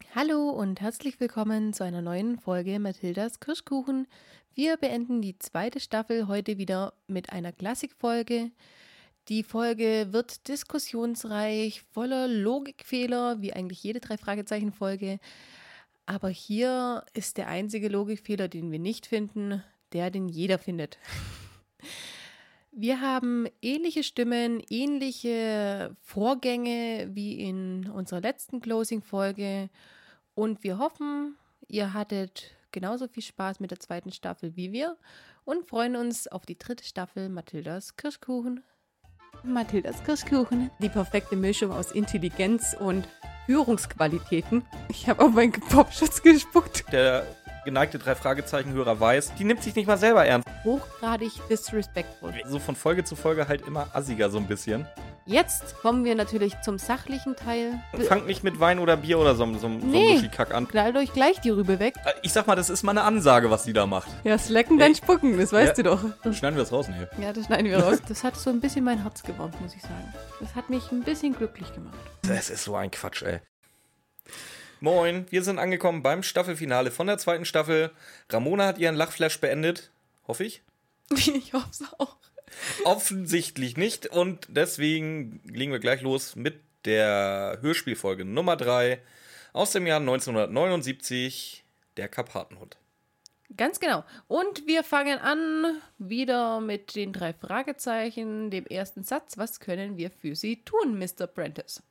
Hallo und herzlich willkommen zu einer neuen Folge Mathildas Kirschkuchen. Wir beenden die zweite Staffel heute wieder mit einer Klassikfolge. Die Folge wird diskussionsreich, voller Logikfehler, wie eigentlich jede Drei-Fragezeichen-Folge. Aber hier ist der einzige Logikfehler, den wir nicht finden, der, den jeder findet. Wir haben ähnliche Stimmen, ähnliche Vorgänge wie in unserer letzten Closing-Folge. Und wir hoffen, ihr hattet genauso viel Spaß mit der zweiten Staffel wie wir und freuen uns auf die dritte Staffel Mathildas Kirschkuchen. Mathildas Kirschkuchen, die perfekte Mischung aus Intelligenz und Führungsqualitäten. Ich habe auf meinen Popschutz gespuckt. Der geneigte Drei-Fragezeichen-Hörer weiß, die nimmt sich nicht mal selber ernst. Hochgradig disrespectful. So von Folge zu Folge halt immer assiger so ein bisschen. Jetzt kommen wir natürlich zum sachlichen Teil. Fangt nicht mit Wein oder Bier oder so einem Muschikack an. Knallt euch gleich die Rübe weg. Ich sag mal, das ist mal eine Ansage, was die da macht. Ja, slacken, dann spucken, das weißt du doch. Dann schneiden wir das raus, ne? Ja, das schneiden wir raus. Das hat so ein bisschen mein Herz gewärmt, muss ich sagen. Das hat mich ein bisschen glücklich gemacht. Das ist so ein Quatsch, ey. Moin, wir sind angekommen beim Staffelfinale von der zweiten Staffel. Ramona hat ihren Lachflash beendet. Hoffe ich. Ich hoffe es auch. Offensichtlich nicht und deswegen legen wir gleich los mit der Hörspielfolge Nummer 3 aus dem Jahr 1979, der Karpatenhund. Ganz genau. Und wir fangen an wieder mit den 3 Fragezeichen, dem ersten Satz. Was können wir für Sie tun, Mr. Prentice?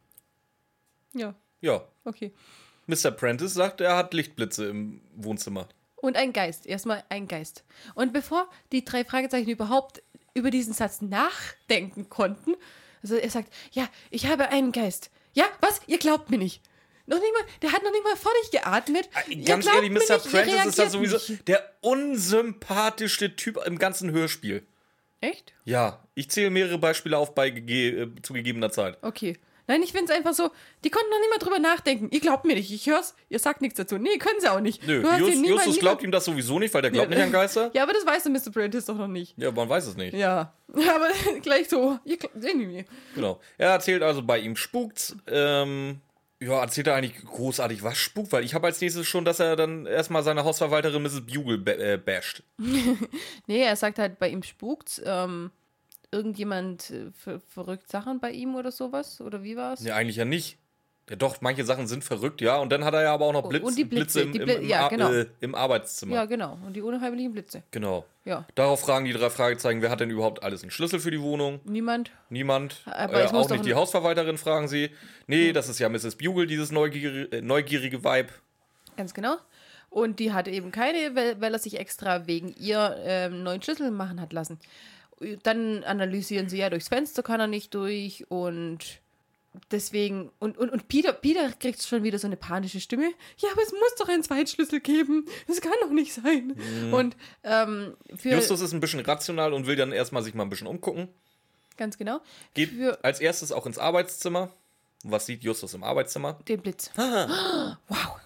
Ja, Ja, okay. Mr. Prentice sagt, er hat Lichtblitze im Wohnzimmer. Und ein Geist. Erstmal ein Geist. Und bevor die 3 Fragezeichen überhaupt über diesen Satz nachdenken konnten, also er sagt, ja, ich habe einen Geist. Ja, was? Ihr glaubt mir nicht. Noch nicht mal, der hat noch nicht mal vor dich geatmet. Ganz ehrlich, Mr. Prentice Prentice ist da sowieso der unsympathischste Typ im ganzen Hörspiel. Echt? Ja, ich zähle mehrere Beispiele auf bei zu gegebener Zeit. Okay. Nein, ich finde es einfach so, die konnten noch nicht mal drüber nachdenken. Ihr glaubt mir nicht, ich hör's, ihr sagt nichts dazu. Nee, können sie auch nicht. Nö, Justus glaubt ihm das sowieso nicht, weil der glaubt nicht an Geister. Ja, aber das weiß der Mr. Prentice doch noch nicht. Ja, man weiß es nicht. Ja, aber gleich so, ihr sehen die mir. Genau. Er erzählt also, bei ihm spukt's. Ja, erzählt er eigentlich großartig, was spukt? Weil ich habe als nächstes schon, dass er dann erstmal seine Hausverwalterin Mrs. Bugle basht. Nee, er sagt halt, bei ihm spukt's. Irgendjemand verrückt Sachen bei ihm oder sowas? Oder wie war's? Nee, eigentlich ja nicht. Ja doch, manche Sachen sind verrückt, ja. Und dann hat er ja aber auch noch Und die Blitze. Im Arbeitszimmer. Ja, genau. Und die unheimlichen Blitze. Genau. Ja. Darauf fragen die 3 Fragezeichen, wer hat denn überhaupt alles einen Schlüssel für die Wohnung? Niemand. Aber es muss auch nicht die Hausverwalterin, fragen sie. Nee, das ist ja Mrs. Bugle, dieses neugierige Weib. Ganz genau. Und die hatte eben keine, weil er sich extra wegen ihr einen neuen Schlüssel machen hat lassen. Dann analysieren sie, ja, durchs Fenster kann er nicht durch und deswegen, und Peter kriegt schon wieder so eine panische Stimme. Ja, aber es muss doch einen Zweitschlüssel geben. Das kann doch nicht sein. Und Justus ist ein bisschen rational und will dann erstmal sich mal ein bisschen umgucken. Ganz genau. Geht als erstes auch ins Arbeitszimmer. Und was sieht Justus im Arbeitszimmer? Den Blitz. Wow.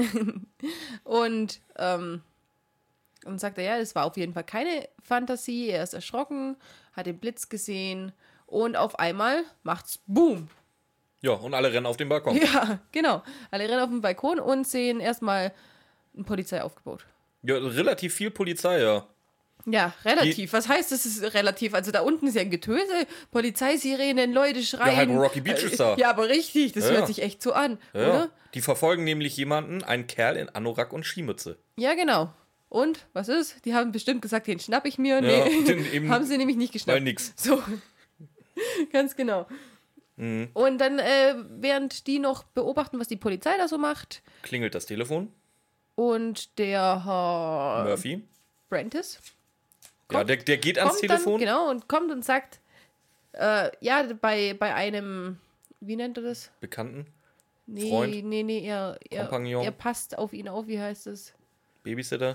Und sagt er, ja, es war auf jeden Fall keine Fantasie. Er ist erschrocken, hat den Blitz gesehen und auf einmal macht's Boom. Ja, und alle rennen auf den Balkon. Ja, genau. Alle rennen auf den Balkon und sehen erstmal ein Polizeiaufgebot. Ja, relativ viel Polizei, ja. Ja, relativ. Was heißt, das ist relativ? Also da unten ist ja ein Getöse, Polizeisirenen, Leute schreien. Ja, halt Rocky Beach ist da. Ja, aber richtig, das Ja. hört sich echt so an, Ja. oder? Die verfolgen nämlich jemanden, einen Kerl in Anorak und Skimütze. Ja, genau. Und, was ist? Die haben bestimmt gesagt, den schnapp ich mir. Ja, Nee, den eben- haben sie nämlich nicht geschnappt. Weil nix. So, ganz genau. Und dann, während die noch beobachten, was die Polizei da so macht, Klingelt das Telefon. und der Herr Murphy. Prentice Ja, der geht ans kommt Telefon. dann, genau, und kommt und sagt, ja, bei einem, wie nennt er das? Bekannten. Nee, Freund? nee, er Kompagnon? passt auf ihn auf, wie heißt es? Babysitter.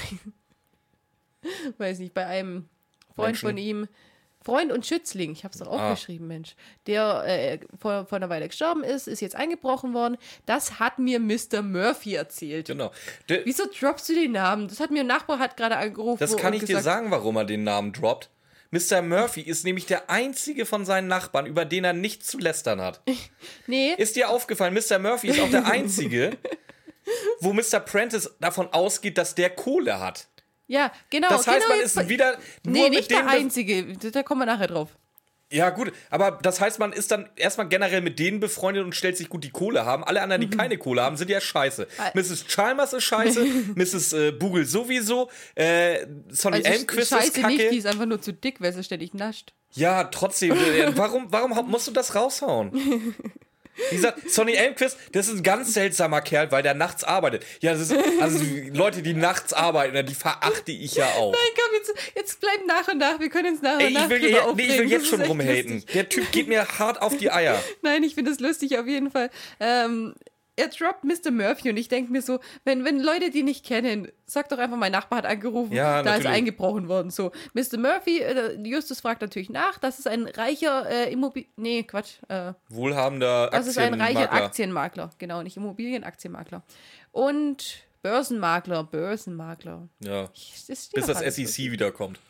Weiß nicht, bei einem Freund Menschen. von ihm, Freund und Schützling, ich habe es doch aufgeschrieben, Mensch, der vor einer Weile gestorben ist jetzt eingebrochen worden. Das hat mir Mr. Murphy erzählt. Genau. Wieso droppst du den Namen? Das hat mir ein Nachbar hat gerade angerufen. Das kann und ich dir gesagt, sagen, warum er den Namen droppt. Mr. Murphy ist nämlich der einzige von seinen Nachbarn, über den er nichts zu lästern hat. Nee. Ist dir aufgefallen, Mr. Murphy ist auch der einzige, wo Mr. Prentice davon ausgeht, dass der Kohle hat. Ja, genau. Das heißt, genau man ist wieder nur Nee, mit nicht dem... der Einzige. Da kommen wir nachher drauf. Ja, gut, aber das heißt, man ist dann erstmal generell mit denen befreundet und stellt sich gut, die Kohle haben. Alle anderen, die keine Kohle haben, sind ja scheiße. Mrs. Chalmers ist scheiße, Mrs. Bogle sowieso, Sonny Elmquist ist scheiße kacke. nicht, die ist einfach nur zu dick, weil sie ständig nascht. Ja, trotzdem, warum musst du das raushauen? Wie gesagt, Sonny Elmquist, das ist ein ganz seltsamer Kerl, weil der nachts arbeitet. Ja, das ist, also Leute, die nachts arbeiten, die verachte ich ja auch. Nein, komm, jetzt bleiben nach und nach. Wir können uns nach und nach ich will jetzt schon rumhaten. Der Typ geht mir hart auf die Eier. Nein, ich finde das lustig auf jeden Fall. Er droppt Mr. Murphy und ich denke mir so, wenn Leute die nicht kennen, sag doch einfach, mein Nachbar hat angerufen, ja, da ist eingebrochen worden. So, Mr. Murphy, Justus fragt natürlich nach, das ist ein reicher wohlhabender Aktienmakler. Das ist ein reicher Aktienmakler, genau, nicht Immobilienaktienmakler. Und Börsenmakler. Ja, Bis das SEC wiederkommt.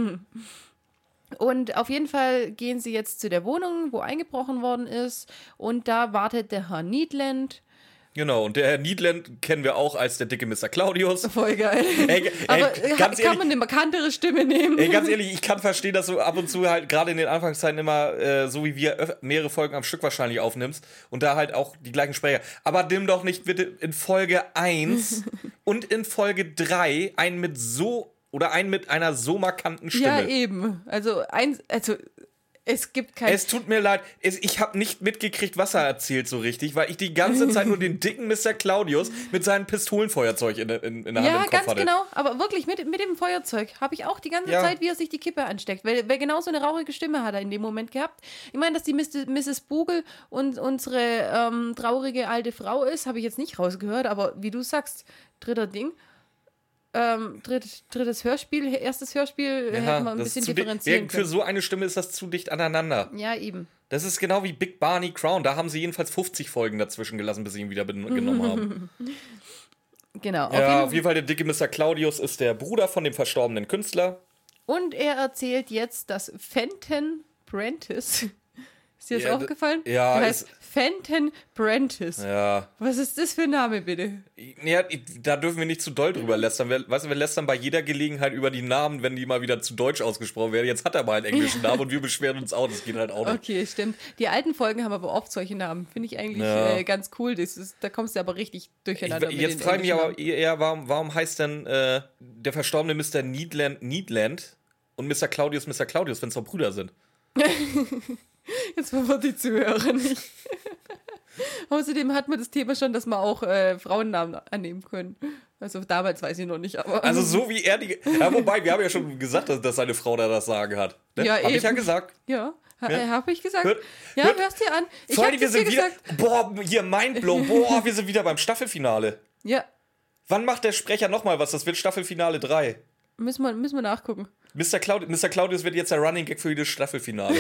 Und auf jeden Fall gehen sie jetzt zu der Wohnung, wo eingebrochen worden ist. Und da wartet der Herr Needland. Genau, und der Herr Needland kennen wir auch als der dicke Mr. Claudius. Voll geil. Aber kann man eine markantere Stimme nehmen? Ganz ehrlich, ich kann verstehen, dass du ab und zu halt gerade in den Anfangszeiten immer, so wie wir, mehrere Folgen am Stück wahrscheinlich aufnimmst und da halt auch die gleichen Sprecher. Aber nimm doch nicht bitte in Folge 1 und in Folge 3 einen mit einer so markanten Stimme. Ja, eben. Also es gibt kein... Es tut mir leid, ich habe nicht mitgekriegt, was er erzählt so richtig, weil ich die ganze Zeit nur den dicken Mr. Claudius mit seinem Pistolenfeuerzeug in der Hand im Kopf hatte. Ja, ganz genau, aber wirklich mit dem Feuerzeug habe ich auch die ganze Zeit, wie er sich die Kippe ansteckt, weil genau so eine rauchige Stimme hat er in dem Moment gehabt. Ich meine, dass die Mrs. Bogle und unsere traurige alte Frau ist, habe ich jetzt nicht rausgehört, aber wie du sagst, drittes Hörspiel, erstes Hörspiel, hätten wir ein bisschen differenzieren können. Für so eine Stimme ist das zu dicht aneinander. Ja, eben. Das ist genau wie Big Barney Crown. Da haben sie jedenfalls 50 Folgen dazwischen gelassen, bis sie ihn wieder genommen haben. Genau. Ja, auf jeden Fall der dicke Mr. Claudius ist der Bruder von dem verstorbenen Künstler. Und er erzählt jetzt, dass Fenton Prentice... Ist dir das aufgefallen? Ja. Der heißt Fenton Prentice. Ja. Was ist das für ein Name, bitte? Ja, da dürfen wir nicht zu doll drüber lästern. Wir lästern bei jeder Gelegenheit über die Namen, wenn die mal wieder zu deutsch ausgesprochen werden. Jetzt hat er mal einen englischen Namen und wir beschweren uns auch. Das geht halt auch nicht. Okay, stimmt. Die alten Folgen haben aber oft solche Namen. Finde ich eigentlich ganz cool. Da kommst du aber richtig durcheinander. Jetzt frage ich mich aber eher, warum heißt denn der verstorbene Mr. Needland und Mr. Claudius, wenn es doch Brüder sind? Jetzt verwirrt die Zuhörer nicht. Außerdem hat man das Thema schon, dass man auch Frauennamen annehmen können. Also damals weiß ich noch nicht, aber... Also so wie er die... Ja, wobei, wir haben ja schon gesagt, dass seine Frau da das Sagen hat. Ne? Ja, hab ich ja gesagt. Ja, habe ich gesagt. Hörst dir an. Vor allem, wir sind wieder... Boah, hier Mindblown. Boah, wir sind wieder beim Staffelfinale. Ja. Wann macht der Sprecher nochmal was? Das wird Staffelfinale 3. Müssen wir nachgucken. Mr. Claudius wird jetzt der Running Gag für jedes Staffelfinale.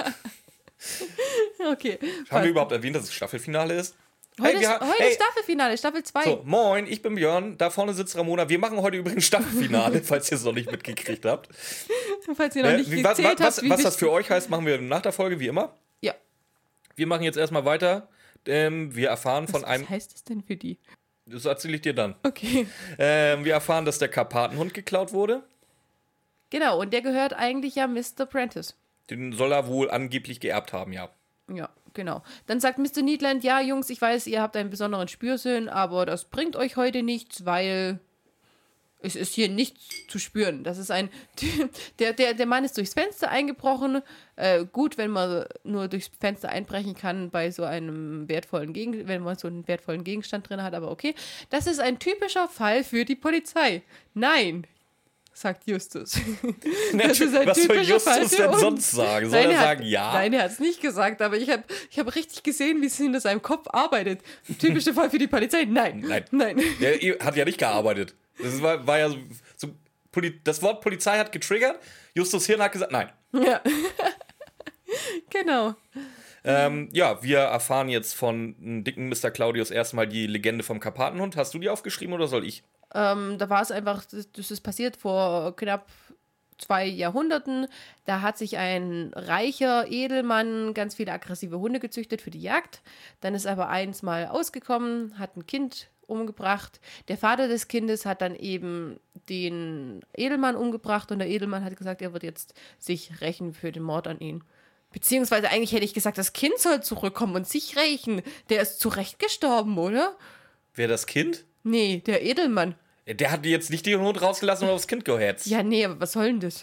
Okay. Haben wir überhaupt erwähnt, dass es Staffelfinale ist? Heute ist Staffelfinale, Staffel 2. So, moin, ich bin Björn, da vorne sitzt Ramona. Wir machen heute übrigens Staffelfinale, falls ihr es noch nicht mitgekriegt habt. Falls ihr noch nicht gezählt habt. Was das für euch heißt, machen wir nach der Folge, wie immer. Ja. Wir machen jetzt erstmal weiter. Wir erfahren von einem... Was heißt das denn für die? Das erzähle ich dir dann. Okay. Wir erfahren, dass der Karpatenhund geklaut wurde. Genau, und der gehört eigentlich ja Mr. Prentice. Den soll er wohl angeblich geerbt haben, ja. Ja, genau. Dann sagt Mr. Needland, ja, Jungs, ich weiß, ihr habt einen besonderen Spürsinn, aber das bringt euch heute nichts, weil es ist hier nichts zu spüren. Das ist der Mann ist durchs Fenster eingebrochen. Gut, wenn man nur durchs Fenster einbrechen kann bei so einem wenn man so einen wertvollen Gegenstand drin hat, aber okay. Das ist ein typischer Fall für die Polizei. Nein, sagt Justus. Das ist ein was soll Justus denn sonst sagen? Soll er sagen, ja? Nein, er hat es nicht gesagt, aber ich hab richtig gesehen, wie es in seinem Kopf arbeitet. Ein typischer Fall für die Polizei? Nein. Der hat ja nicht gearbeitet. Das war ja so das Wort Polizei hat getriggert. Justus Hirn hat gesagt, nein. Ja. Genau. Wir erfahren jetzt von einem dicken Mr. Claudius erstmal die Legende vom Karpatenhund. Hast du die aufgeschrieben oder soll ich? Da war es einfach, das ist passiert vor knapp 2 Jahrhunderten. Da hat sich ein reicher Edelmann ganz viele aggressive Hunde gezüchtet für die Jagd. Dann ist aber eins mal ausgekommen, hat ein Kind umgebracht. Der Vater des Kindes hat dann eben den Edelmann umgebracht und der Edelmann hat gesagt, er wird jetzt sich rächen für den Mord an ihn. Beziehungsweise eigentlich hätte ich gesagt, das Kind soll zurückkommen und sich rächen. Der ist zu Recht gestorben, oder? Wer das Kind? Nee, der Edelmann. Der hat jetzt nicht den Hund rausgelassen und aufs Kind gehetzt. Ja, nee, aber was soll denn das?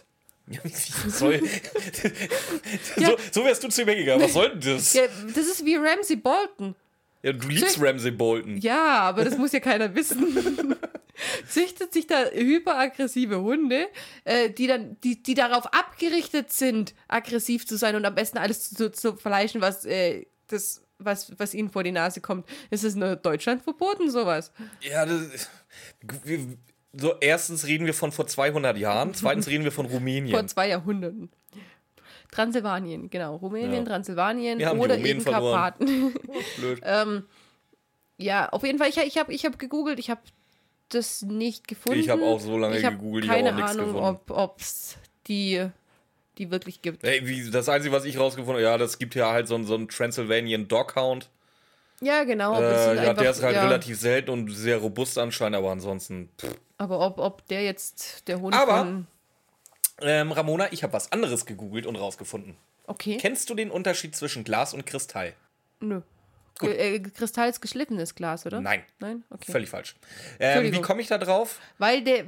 So wärst du zu mir gegangen. Was soll denn das? Ja, das ist wie Ramsay Bolton. Ja, du liebst Ramsay Bolton. Ja, aber das muss ja keiner wissen. Züchtet sich da hyperaggressive Hunde, die darauf abgerichtet sind, aggressiv zu sein und am besten alles zu verleichen, was ihnen vor die Nase kommt. Ist es in Deutschland verboten, sowas? Ja, erstens reden wir von vor 200 Jahren, zweitens reden wir von Rumänien. Vor 2 Jahrhunderten. Transsilvanien, genau. Rumänien, Transsilvanien oder eben Karpaten. Blöd. Ja, auf jeden Fall, ich hab gegoogelt, ich habe das nicht gefunden. Ich habe auch so lange gegoogelt, ich habe auch nichts gefunden. Keine Ahnung, ob es die wirklich gibt. Ey, das Einzige, was ich rausgefunden habe, ja, das gibt ja halt so einen Transylvanian Doghound. Ja, genau. Der ist halt relativ selten und sehr robust anscheinend, aber ansonsten. Aber ob der jetzt der Hund von... Ramona, ich habe was anderes gegoogelt und rausgefunden. Okay. Kennst du den Unterschied zwischen Glas und Kristall? Nö. Kristall ist geschliffenes Glas, oder? Nein. Nein? Okay. Völlig falsch. Wie komme ich da drauf? Weil der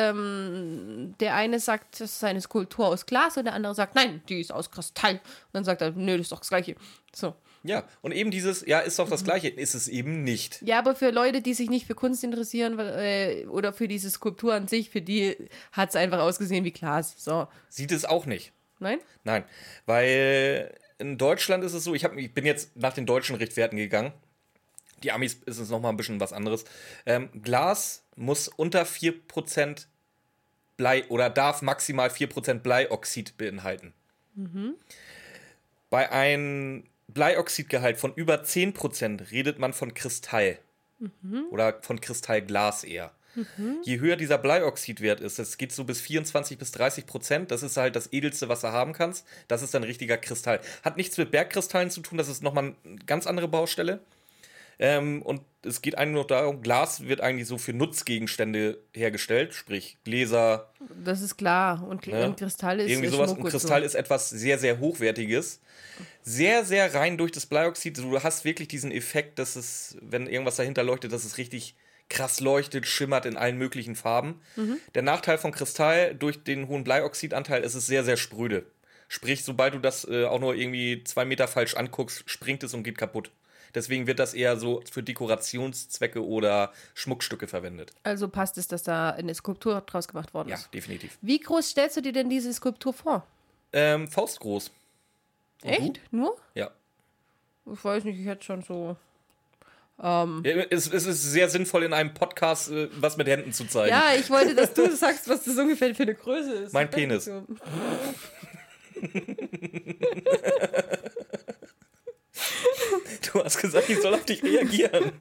eine sagt, das ist eine Skulptur aus Glas und der andere sagt, nein, die ist aus Kristall. Und dann sagt er, nö, das ist doch das Gleiche. So. Ja, und eben dieses, ja, ist doch das Gleiche, ist es eben nicht. Ja, aber für Leute, die sich nicht für Kunst interessieren oder für diese Skulptur an sich, für die hat es einfach ausgesehen wie Glas. So. Sieht es auch nicht. Nein? Nein, weil in Deutschland ist es so, ich bin jetzt nach den deutschen Richtwerten gegangen. Die Amis ist es nochmal ein bisschen was anderes. Glas muss unter 4% Blei oder darf maximal 4% Bleioxid beinhalten. Mhm. Bei einem Bleioxidgehalt von über 10% redet man von Kristall. Oder von Kristallglas eher. Je höher dieser Bleioxidwert ist, das geht so bis 24 bis 30%, das ist halt das edelste, was du haben kannst. Das ist dann richtiger Kristall. Hat nichts mit Bergkristallen zu tun, das ist nochmal eine ganz andere Baustelle. Und es geht eigentlich nur darum, Glas wird eigentlich so für Nutzgegenstände hergestellt, sprich Gläser. Das ist klar. Und Kristall ist irgendwie sowas. Und Kristall ist etwas sehr, sehr Hochwertiges. Sehr, sehr rein durch das Bleioxid. Du hast wirklich diesen Effekt, dass es, wenn irgendwas dahinter leuchtet, dass es richtig krass leuchtet, schimmert in allen möglichen Farben. Der Nachteil von Kristall durch den hohen Bleioxidanteil ist es sehr, sehr spröde. Sprich, sobald du das auch nur irgendwie 2 Meter falsch anguckst, springt es und geht kaputt. Deswegen wird das eher so für Dekorationszwecke oder Schmuckstücke verwendet. Also passt es, dass da eine Skulptur draus gemacht worden ist? Ja, definitiv. Wie groß stellst du dir denn diese Skulptur vor? Faustgroß. Und echt? du? Nur? Ja. Ich weiß nicht, ich hätte schon so... Ja, es ist sehr sinnvoll, in einem Podcast was mit Händen zu zeigen. Ja, ich wollte, dass du sagst, was das ungefähr für eine Größe ist. Mein Penis. So. Du hast gesagt, ich soll auf dich reagieren.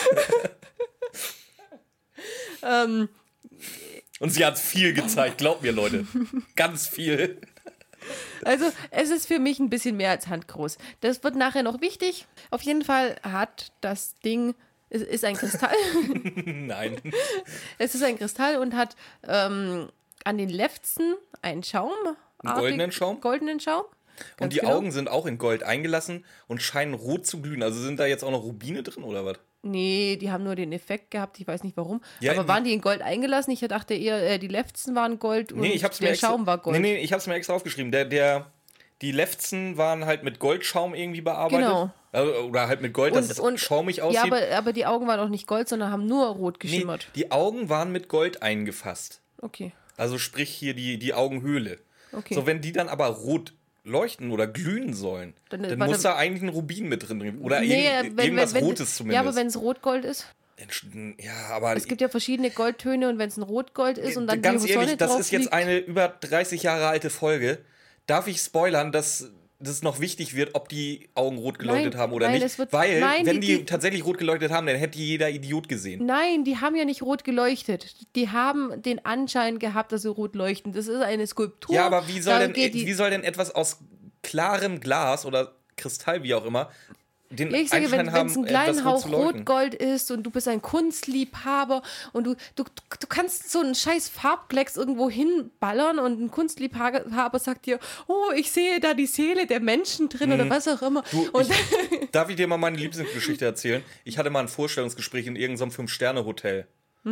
Und sie hat viel gezeigt, glaubt mir, Leute. Ganz viel. Also, es ist für mich ein bisschen mehr als handgroß. Das wird nachher noch wichtig. Auf jeden Fall hat das Ding, es ist ein Kristall. Nein. Es ist ein Kristall und hat an den Lefzen einen Schaum. Einen goldenen Schaum. Goldenen Schaum. Und die Augen sind auch in Gold eingelassen und scheinen rot zu glühen. Also sind da jetzt auch noch Rubine drin, oder was? Nee, die haben nur den Effekt gehabt, ich weiß nicht warum. Ja, aber waren die in Gold eingelassen? Ich dachte eher, die Lefzen waren Gold und der Schaum war Gold. Nee, ich hab's mir extra aufgeschrieben. Die Lefzen waren halt mit Goldschaum irgendwie bearbeitet. Genau. Oder halt mit Gold, dass es schaumig aussieht. Ja, aber die Augen waren auch nicht Gold, sondern haben nur rot geschimmert. Nee, die Augen waren mit Gold eingefasst. Okay. Also sprich hier die Augenhöhle. Okay. So, wenn die dann aber rot leuchten oder glühen sollen, dann muss da eigentlich ein Rubin mit drin oder irgendwas Rotes zumindest. Ja, aber wenn es Rotgold ist? Ja, aber es gibt ja verschiedene Goldtöne und wenn es ein Rotgold ist und dann ganz die Sonne ehrlich, das drauf ist jetzt liegt. eine über 30 Jahre alte Folge. Darf ich spoilern, dass das noch wichtig wird, ob die Augen rot geleuchtet haben oder nein, nicht. Wenn die tatsächlich rot geleuchtet haben, dann hätte jeder Idiot gesehen. Nein, die haben ja nicht rot geleuchtet. Die haben den Anschein gehabt, dass sie rot leuchten. Das ist eine Skulptur. Ja, aber wie soll denn etwas aus klarem Glas oder Kristall, wie auch immer, den ich sage, wenn haben, es einen kleinen Hauch zu leuchten? Rotgold ist und du bist ein Kunstliebhaber und du kannst so einen scheiß Farbklecks irgendwo hinballern und ein Kunstliebhaber sagt dir, oh, ich sehe da die Seele der Menschen drin oder was auch immer. Darf ich dir mal meine Lieblingsgeschichte erzählen? Ich hatte mal ein Vorstellungsgespräch in irgendeinem 5-Sterne-Hotel.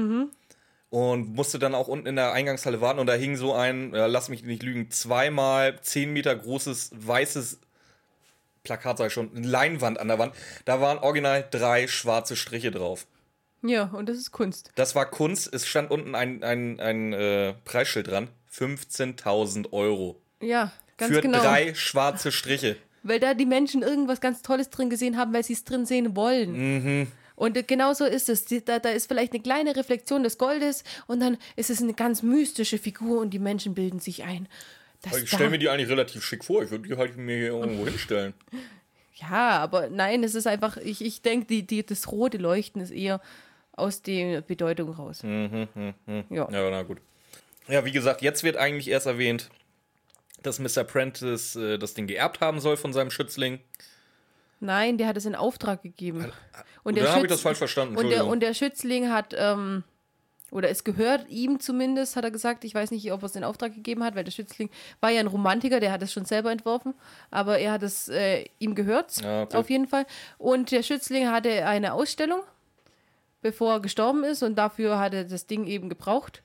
Und musste dann auch unten in der Eingangshalle warten und da hing so ein, lass mich nicht lügen, 2x 10 Meter großes, weißes Plakat, sag ich schon, eine Leinwand an der Wand. Da waren original 3 schwarze Striche drauf. Ja, und das ist Kunst. Das war Kunst. Es stand unten ein Preisschild dran. 15.000 Euro. Ja, ganz für genau. Für 3 schwarze Striche. Weil da die Menschen irgendwas ganz Tolles drin gesehen haben, weil sie es drin sehen wollen. Und genau so ist es. Da ist vielleicht eine kleine Reflexion des Goldes und dann ist es eine ganz mystische Figur und die Menschen bilden sich ein. Ich stelle mir die eigentlich relativ schick vor. Ich würde die halt mir hier irgendwo hinstellen. Ja, aber nein, es ist einfach, ich denke, das rote Leuchten ist eher aus der Bedeutung raus. Ja, na gut. Ja, wie gesagt, jetzt wird eigentlich erst erwähnt, dass Mr. Prentice das Ding geerbt haben soll von seinem Schützling. Nein, der hat es in Auftrag gegeben. Und da habe ich das falsch verstanden. Und der Schützling hat, oder es gehört ihm zumindest, hat er gesagt. Ich weiß nicht, ob er es in Auftrag gegeben hat, weil der Schützling war ja ein Romantiker, der hat es schon selber entworfen. Aber er hat es, ihm gehört, auf jeden Fall. Und der Schützling hatte eine Ausstellung, bevor er gestorben ist. Und dafür hat er das Ding eben gebraucht.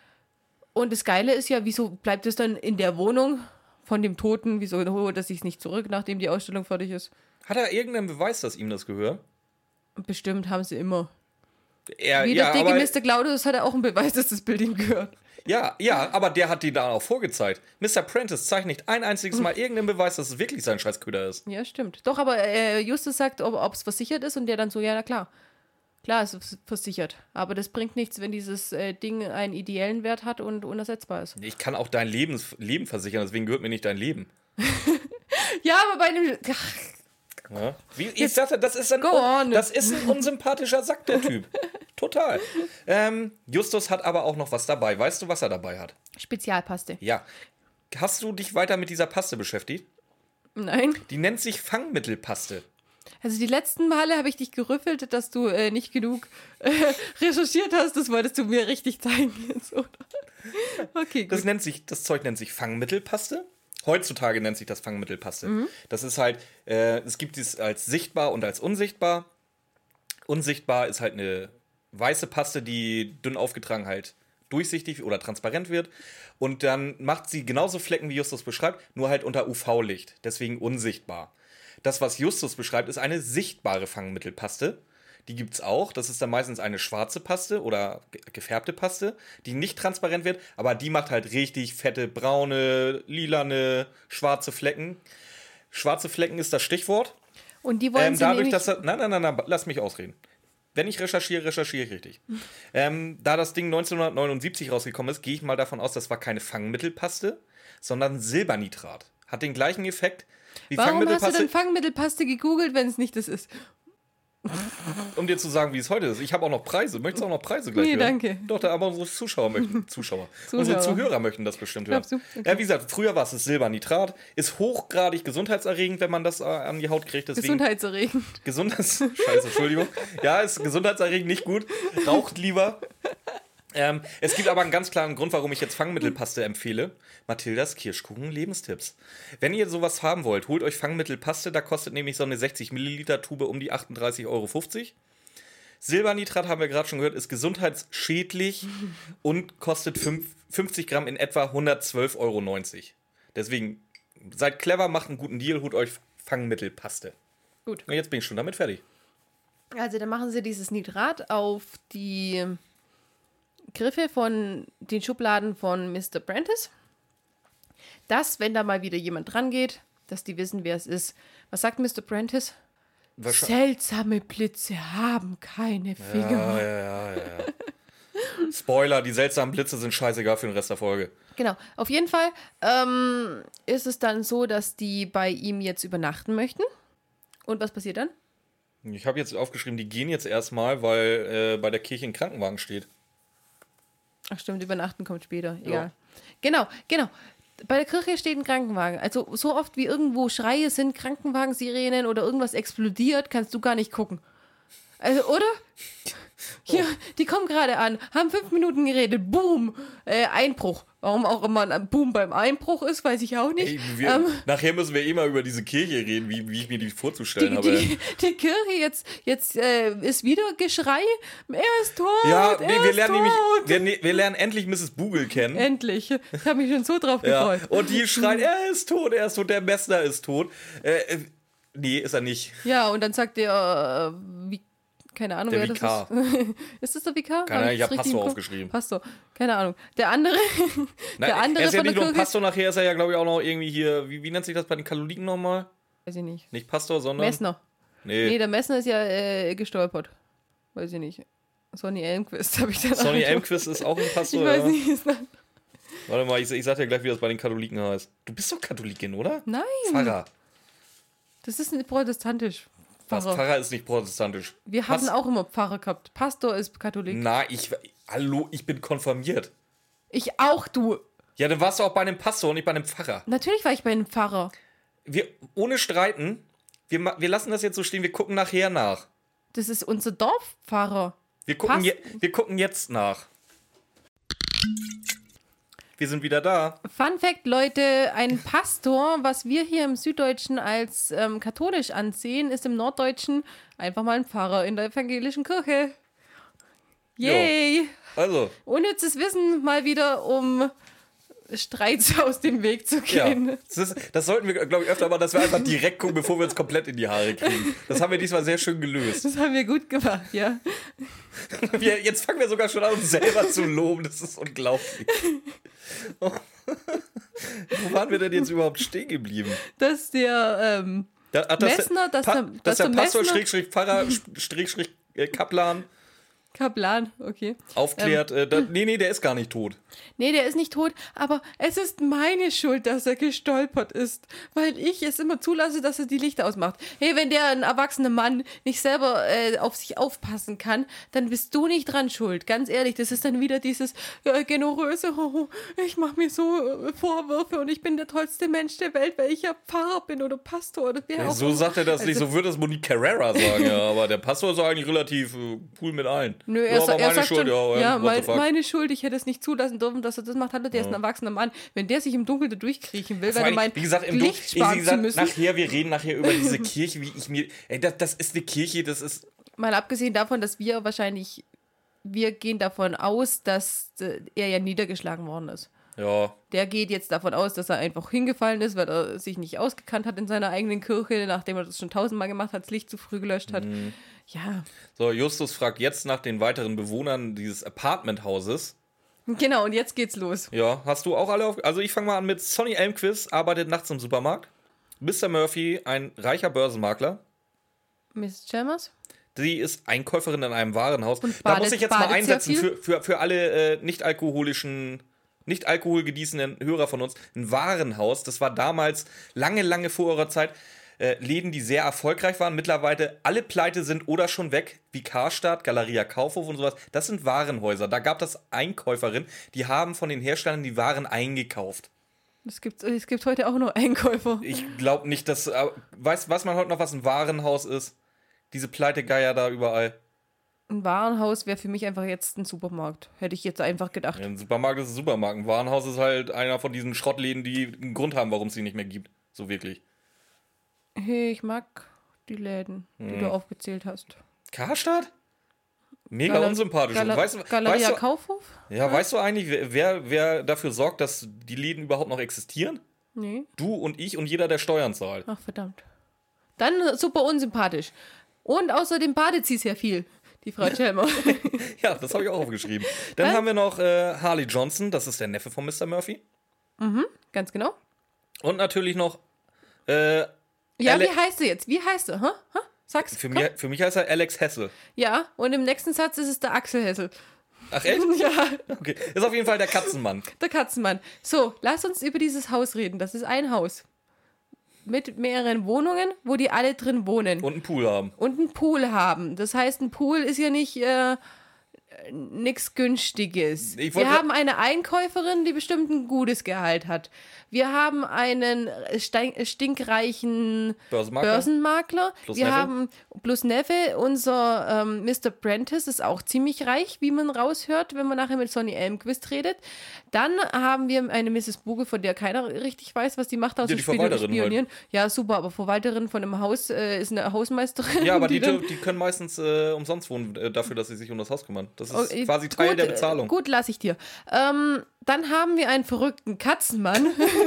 Und das Geile ist ja, wieso bleibt es dann in der Wohnung von dem Toten? Wieso holt er sich nicht zurück, nachdem die Ausstellung fertig ist? Hat er irgendeinen Beweis, dass ihm das gehört? Bestimmt haben sie immer. Wie das dicke Mr. Claudius hat er auch einen Beweis, dass das Bild ihm gehört. Ja, aber der hat die da auch vorgezeigt. Mr. Prentice zeigt nicht ein einziges Mal irgendeinen Beweis, dass es wirklich sein Scheißköder ist. Ja, stimmt. Doch, aber Justus sagt, ob es versichert ist und der dann so, ja, na klar. Klar, es ist versichert. Aber das bringt nichts, wenn dieses Ding einen ideellen Wert hat und unersetzbar ist. Ich kann auch dein Leben versichern, deswegen gehört mir nicht dein Leben. Ja, aber bei einem... Ja. Ich sagte, das ist ein unsympathischer Sack, der Typ. Total. Justus hat aber auch noch was dabei. Weißt du, was er dabei hat? Spezialpaste. Ja. Hast du dich weiter mit dieser Paste beschäftigt? Nein. Die nennt sich Fangmittelpaste. Also die letzten Male habe ich dich gerüffelt, dass du nicht genug recherchiert hast. Das wolltest du mir richtig zeigen jetzt, oder? Okay, gut. Das Zeug nennt sich Fangmittelpaste. Heutzutage nennt sich das Fangmittelpaste. Das ist halt, es gibt es als sichtbar und als unsichtbar. Unsichtbar ist halt eine weiße Paste, die dünn aufgetragen halt durchsichtig oder transparent wird. Und dann macht sie genauso Flecken, wie Justus beschreibt, nur halt unter UV-Licht. Deswegen unsichtbar. Das, was Justus beschreibt, ist eine sichtbare Fangmittelpaste. Die gibt es auch. Das ist dann meistens eine schwarze Paste oder gefärbte Paste, die nicht transparent wird, aber die macht halt richtig fette, braune, lilane, schwarze Flecken. Schwarze Flecken ist das Stichwort. Und die wollen sie dadurch, nämlich... Nein, lass mich ausreden. Wenn ich recherchiere ich richtig. Da das Ding 1979 rausgekommen ist, gehe ich mal davon aus, das war keine Fangmittelpaste, sondern Silbernitrat. Hat den gleichen Effekt wie Warum hast du denn Fangmittelpaste gegoogelt, wenn es nicht das ist? Um dir zu sagen, wie es heute ist. Ich habe auch noch Preise. Möchtest du auch noch Preise gleich hören? Danke. Doch, aber unsere unsere Zuhörer möchten das bestimmt hören. Okay. Ja, wie gesagt, früher war es das Silbernitrat. Ist hochgradig gesundheitserregend, wenn man das an die Haut kriegt. Deswegen Gesundheitserregend. Scheiße, Entschuldigung. Ja, ist gesundheitserregend, nicht gut. Raucht lieber. Es gibt aber einen ganz klaren Grund, warum ich jetzt Fangmittelpaste empfehle. Mathildas Kirschkuchen-Lebenstipps. Wenn ihr sowas haben wollt, holt euch Fangmittelpaste. Da kostet nämlich so eine 60 Milliliter Tube um die 38,50 Euro. Silbernitrat, haben wir gerade schon gehört, ist gesundheitsschädlich und kostet 50 Gramm in etwa 112,90 Euro. Deswegen seid clever, macht einen guten Deal, holt euch Fangmittelpaste. Gut. Und jetzt bin ich schon damit fertig. Also dann machen sie dieses Nitrat auf die Griffe von den Schubladen von Mr. Prentice. Dass, wenn da mal wieder jemand dran geht, dass die wissen, wer es ist. Was sagt Mr. Prentice? Seltsame Blitze haben keine Finger. Ja. Spoiler, die seltsamen Blitze sind scheißegal für den Rest der Folge. Genau, auf jeden Fall ist es dann so, dass die bei ihm jetzt übernachten möchten. Und was passiert dann? Ich habe jetzt aufgeschrieben, die gehen jetzt erstmal, weil bei der Kirche ein Krankenwagen steht. Ach stimmt, übernachten kommt später, egal. Ja. Genau. Bei der Kirche steht ein Krankenwagen. Also so oft wie irgendwo Schreie sind, Krankenwagensirenen oder irgendwas explodiert, kannst du gar nicht gucken. Also, oder? Hier, die kommen gerade an, haben 5 Minuten geredet, Boom, Einbruch. Warum auch immer ein Boom beim Einbruch ist, weiß ich auch nicht. Ey, nachher müssen wir immer über diese Kirche reden, wie ich mir die vorzustellen habe. Die Kirche, jetzt ist wieder Geschrei, er ist tot, ja, wir lernen endlich Mrs. Bogle kennen. Endlich, ich habe mich schon so drauf gefreut. Und die schreit, er ist tot, der Messner ist tot. Nee, ist er nicht. Ja, und dann sagt der, keine Ahnung, der wer Vikar. das ist. Ist das der Vikar? Keine Ahnung, ich habe Pastor aufgeschrieben. Pastor, keine Ahnung. Der andere, er ist ja von nicht der nur Kirche. Pastor, nachher ist er ja, glaube ich, auch noch irgendwie hier, wie nennt sich das bei den Katholiken nochmal? Weiß ich nicht. Nicht Pastor, sondern... Messner. Nee, der Messner ist ja gestolpert. Weiß ich nicht. Sonny Elmquist habe ich dann Sonny Elmquist ist auch ein Pastor, ich weiß nicht, ist Warte mal, ich sag dir gleich, wie das bei den Katholiken heißt. Du bist doch Katholikin, oder? Nein. Pfarrer. Das ist nicht protestantisch. Pfarrer ist nicht protestantisch. Wir hatten auch immer Pfarrer gehabt. Pastor ist Katholik. Na, ich bin konfirmiert. Ich auch, du. Ja, dann warst du auch bei einem Pastor und nicht bei einem Pfarrer. Natürlich war ich bei einem Pfarrer. Ohne Streiten, wir lassen das jetzt so stehen, wir gucken nachher nach. Das ist unser Dorfpfarrer. Wir gucken jetzt nach. Wir sind wieder da. Fun Fact, Leute, ein Pastor, was wir hier im Süddeutschen als katholisch ansehen, ist im Norddeutschen einfach mal ein Pfarrer in der evangelischen Kirche. Yay! Jo. Also. Unnützes Wissen mal wieder, um Streits aus dem Weg zu gehen. Ja, das sollten wir, glaube ich, öfter machen, dass wir einfach direkt gucken, bevor wir uns komplett in die Haare kriegen. Das haben wir diesmal sehr schön gelöst. Das haben wir gut gemacht, ja. Jetzt fangen wir sogar schon an, uns selber zu loben. Das ist unglaublich. Oh. Wo waren wir denn jetzt überhaupt stehen geblieben? Dass der Messner, dass der Pastor Pfarrer Kaplan Kaplan, okay. Aufklärt, nee, der ist gar nicht tot. Nee, der ist nicht tot, aber es ist meine Schuld, dass er gestolpert ist, weil ich es immer zulasse, dass er die Lichter ausmacht. Hey, wenn der ein erwachsener Mann nicht selber auf sich aufpassen kann, dann bist du nicht dran schuld. Ganz ehrlich, das ist dann wieder dieses generöse, ich mache mir so Vorwürfe und ich bin der tollste Mensch der Welt, weil ich ja Pfarrer bin oder Pastor oder wer auch. So sagt er das nicht, so würde es Monique Carrera sagen, ja, aber der Pastor ist eigentlich relativ cool mit allen. Nö, er sagt Schuld, schon, meine Schuld, ich hätte es nicht zulassen dürfen, dass er das macht. Hallo, der ist ein erwachsener Mann. Wenn der sich im Dunkeln da durchkriechen will, weil er meint, Licht sparen zu müssen. Wir reden nachher über diese Kirche, wie ich mir... das ist eine Kirche, das ist... Mal abgesehen davon, dass wir gehen davon aus, dass er ja niedergeschlagen worden ist. Ja. Der geht jetzt davon aus, dass er einfach hingefallen ist, weil er sich nicht ausgekannt hat in seiner eigenen Kirche, nachdem er das schon 1000-mal gemacht hat, das Licht zu früh gelöscht hat. Mhm. Ja. So, Justus fragt jetzt nach den weiteren Bewohnern dieses Apartmenthauses. Genau, und jetzt geht's los. Ja, hast du auch alle auf... Also ich fange mal an mit Sonny Elmquist, arbeitet nachts im Supermarkt. Mr. Murphy, ein reicher Börsenmakler. Miss Chalmers? Sie ist Einkäuferin in einem Warenhaus. Und da muss ich jetzt mal einsetzen für alle nicht alkoholgenießenden Hörer von uns. Ein Warenhaus, das war damals lange vor eurer Zeit Läden, die sehr erfolgreich waren. Mittlerweile alle pleite sind oder schon weg, wie Karstadt, Galeria Kaufhof und sowas. Das sind Warenhäuser. Da gab es Einkäuferinnen, die haben von den Herstellern die Waren eingekauft. Es gibt heute auch noch Einkäufer. Ich glaube nicht, dass... weiß man heute noch, was ein Warenhaus ist? Diese Pleitegeier da überall. Ein Warenhaus wäre für mich einfach jetzt ein Supermarkt. Hätte ich jetzt einfach gedacht. Ja, ein Supermarkt ist ein Supermarkt. Ein Warenhaus ist halt einer von diesen Schrottläden, die einen Grund haben, warum es sie nicht mehr gibt. So wirklich. Hey, ich mag die Läden, die du aufgezählt hast. Karstadt? Mega unsympathisch. Galeria Kaufhof? Ja, weißt du eigentlich, wer dafür sorgt, dass die Läden überhaupt noch existieren? Nee. Du und ich und jeder, der Steuern zahlt. Ach, verdammt. Dann super unsympathisch. Und außerdem badet sie sehr viel, die Frau Chalmers. Ja, das habe ich auch aufgeschrieben. Dann haben wir noch Harley Johnson, das ist der Neffe von Mr. Murphy. Mhm, ganz genau. Und natürlich noch wie heißt du jetzt? Wie heißt du? Sag's. Für mich heißt er Alex Hessel. Ja, und im nächsten Satz ist es der Axel Hessel. Ach echt? Ja, Okay. Ist auf jeden Fall der Katzenmann. der Katzenmann. So, lass uns über dieses Haus reden. Das ist ein Haus. Mit mehreren Wohnungen, wo die alle drin wohnen. Und einen Pool haben. Und einen Pool haben. Das heißt, ein Pool ist ja nicht nichts Günstiges. Wir haben eine Einkäuferin, die bestimmt ein gutes Gehalt hat. Wir haben einen stinkreichen Börsenmakler. Plus Wir Neffe. haben plus Neffe. Unser Mr. Prentice ist auch ziemlich reich, wie man raushört, wenn man nachher mit Sonny Elmquist redet. Dann haben wir eine Mrs. Bugle, von der keiner richtig weiß, was die macht, außer die Verwalterin spionieren. Ja, super, aber Verwalterin von einem Haus ist eine Hausmeisterin. Ja, aber die können meistens umsonst wohnen, dafür, dass sie sich um das Haus kümmern. Das ist quasi Teil der Bezahlung. Gut, lasse ich dir. Dann haben wir einen verrückten Katzenmann,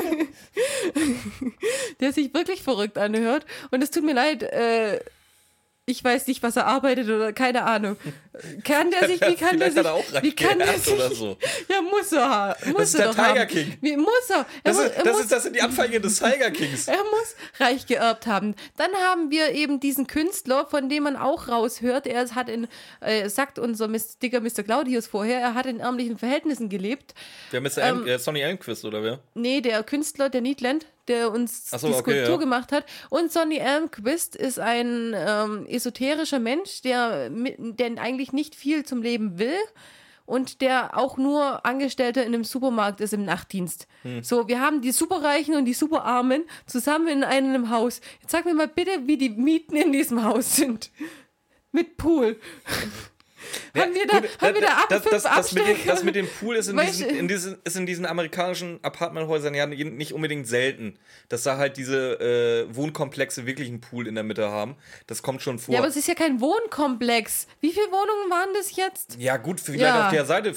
der sich wirklich verrückt anhört. Und es tut mir leid, ich weiß nicht, was er arbeitet oder keine Ahnung. Kann der sich, wie kann der sich, hat er auch reich wie kann der geerbt sich, oder so. Ja, muss er. Das ist der Tiger King. Wie muss er? Das sind die Anfänge des Tiger Kings. Er muss reich geerbt haben. Dann haben wir eben diesen Künstler, von dem man auch raushört, er hat sagt unser dicker Mr. Claudius vorher, er hat in ärmlichen Verhältnissen gelebt. Der Sonny Elmquist, oder wer? Nee, der Künstler, der Needland, der uns die Skulptur gemacht hat. Und Sonny Elmquist ist ein esoterischer Mensch, der eigentlich nicht viel zum Leben will und der auch nur Angestellter in einem Supermarkt ist im Nachtdienst. So, wir haben die Superreichen und die Superarmen zusammen in einem Haus. Jetzt sag mir mal bitte, wie die Mieten in diesem Haus sind. Mit Pool. Haben wir da das mit dem Pool ist in diesen amerikanischen Apartmenthäusern ja nicht unbedingt selten, dass da halt diese Wohnkomplexe wirklich einen Pool in der Mitte haben. Das kommt schon vor. Ja, aber es ist ja kein Wohnkomplex. Wie viele Wohnungen waren das jetzt? Ja gut, vielleicht auf der Seite,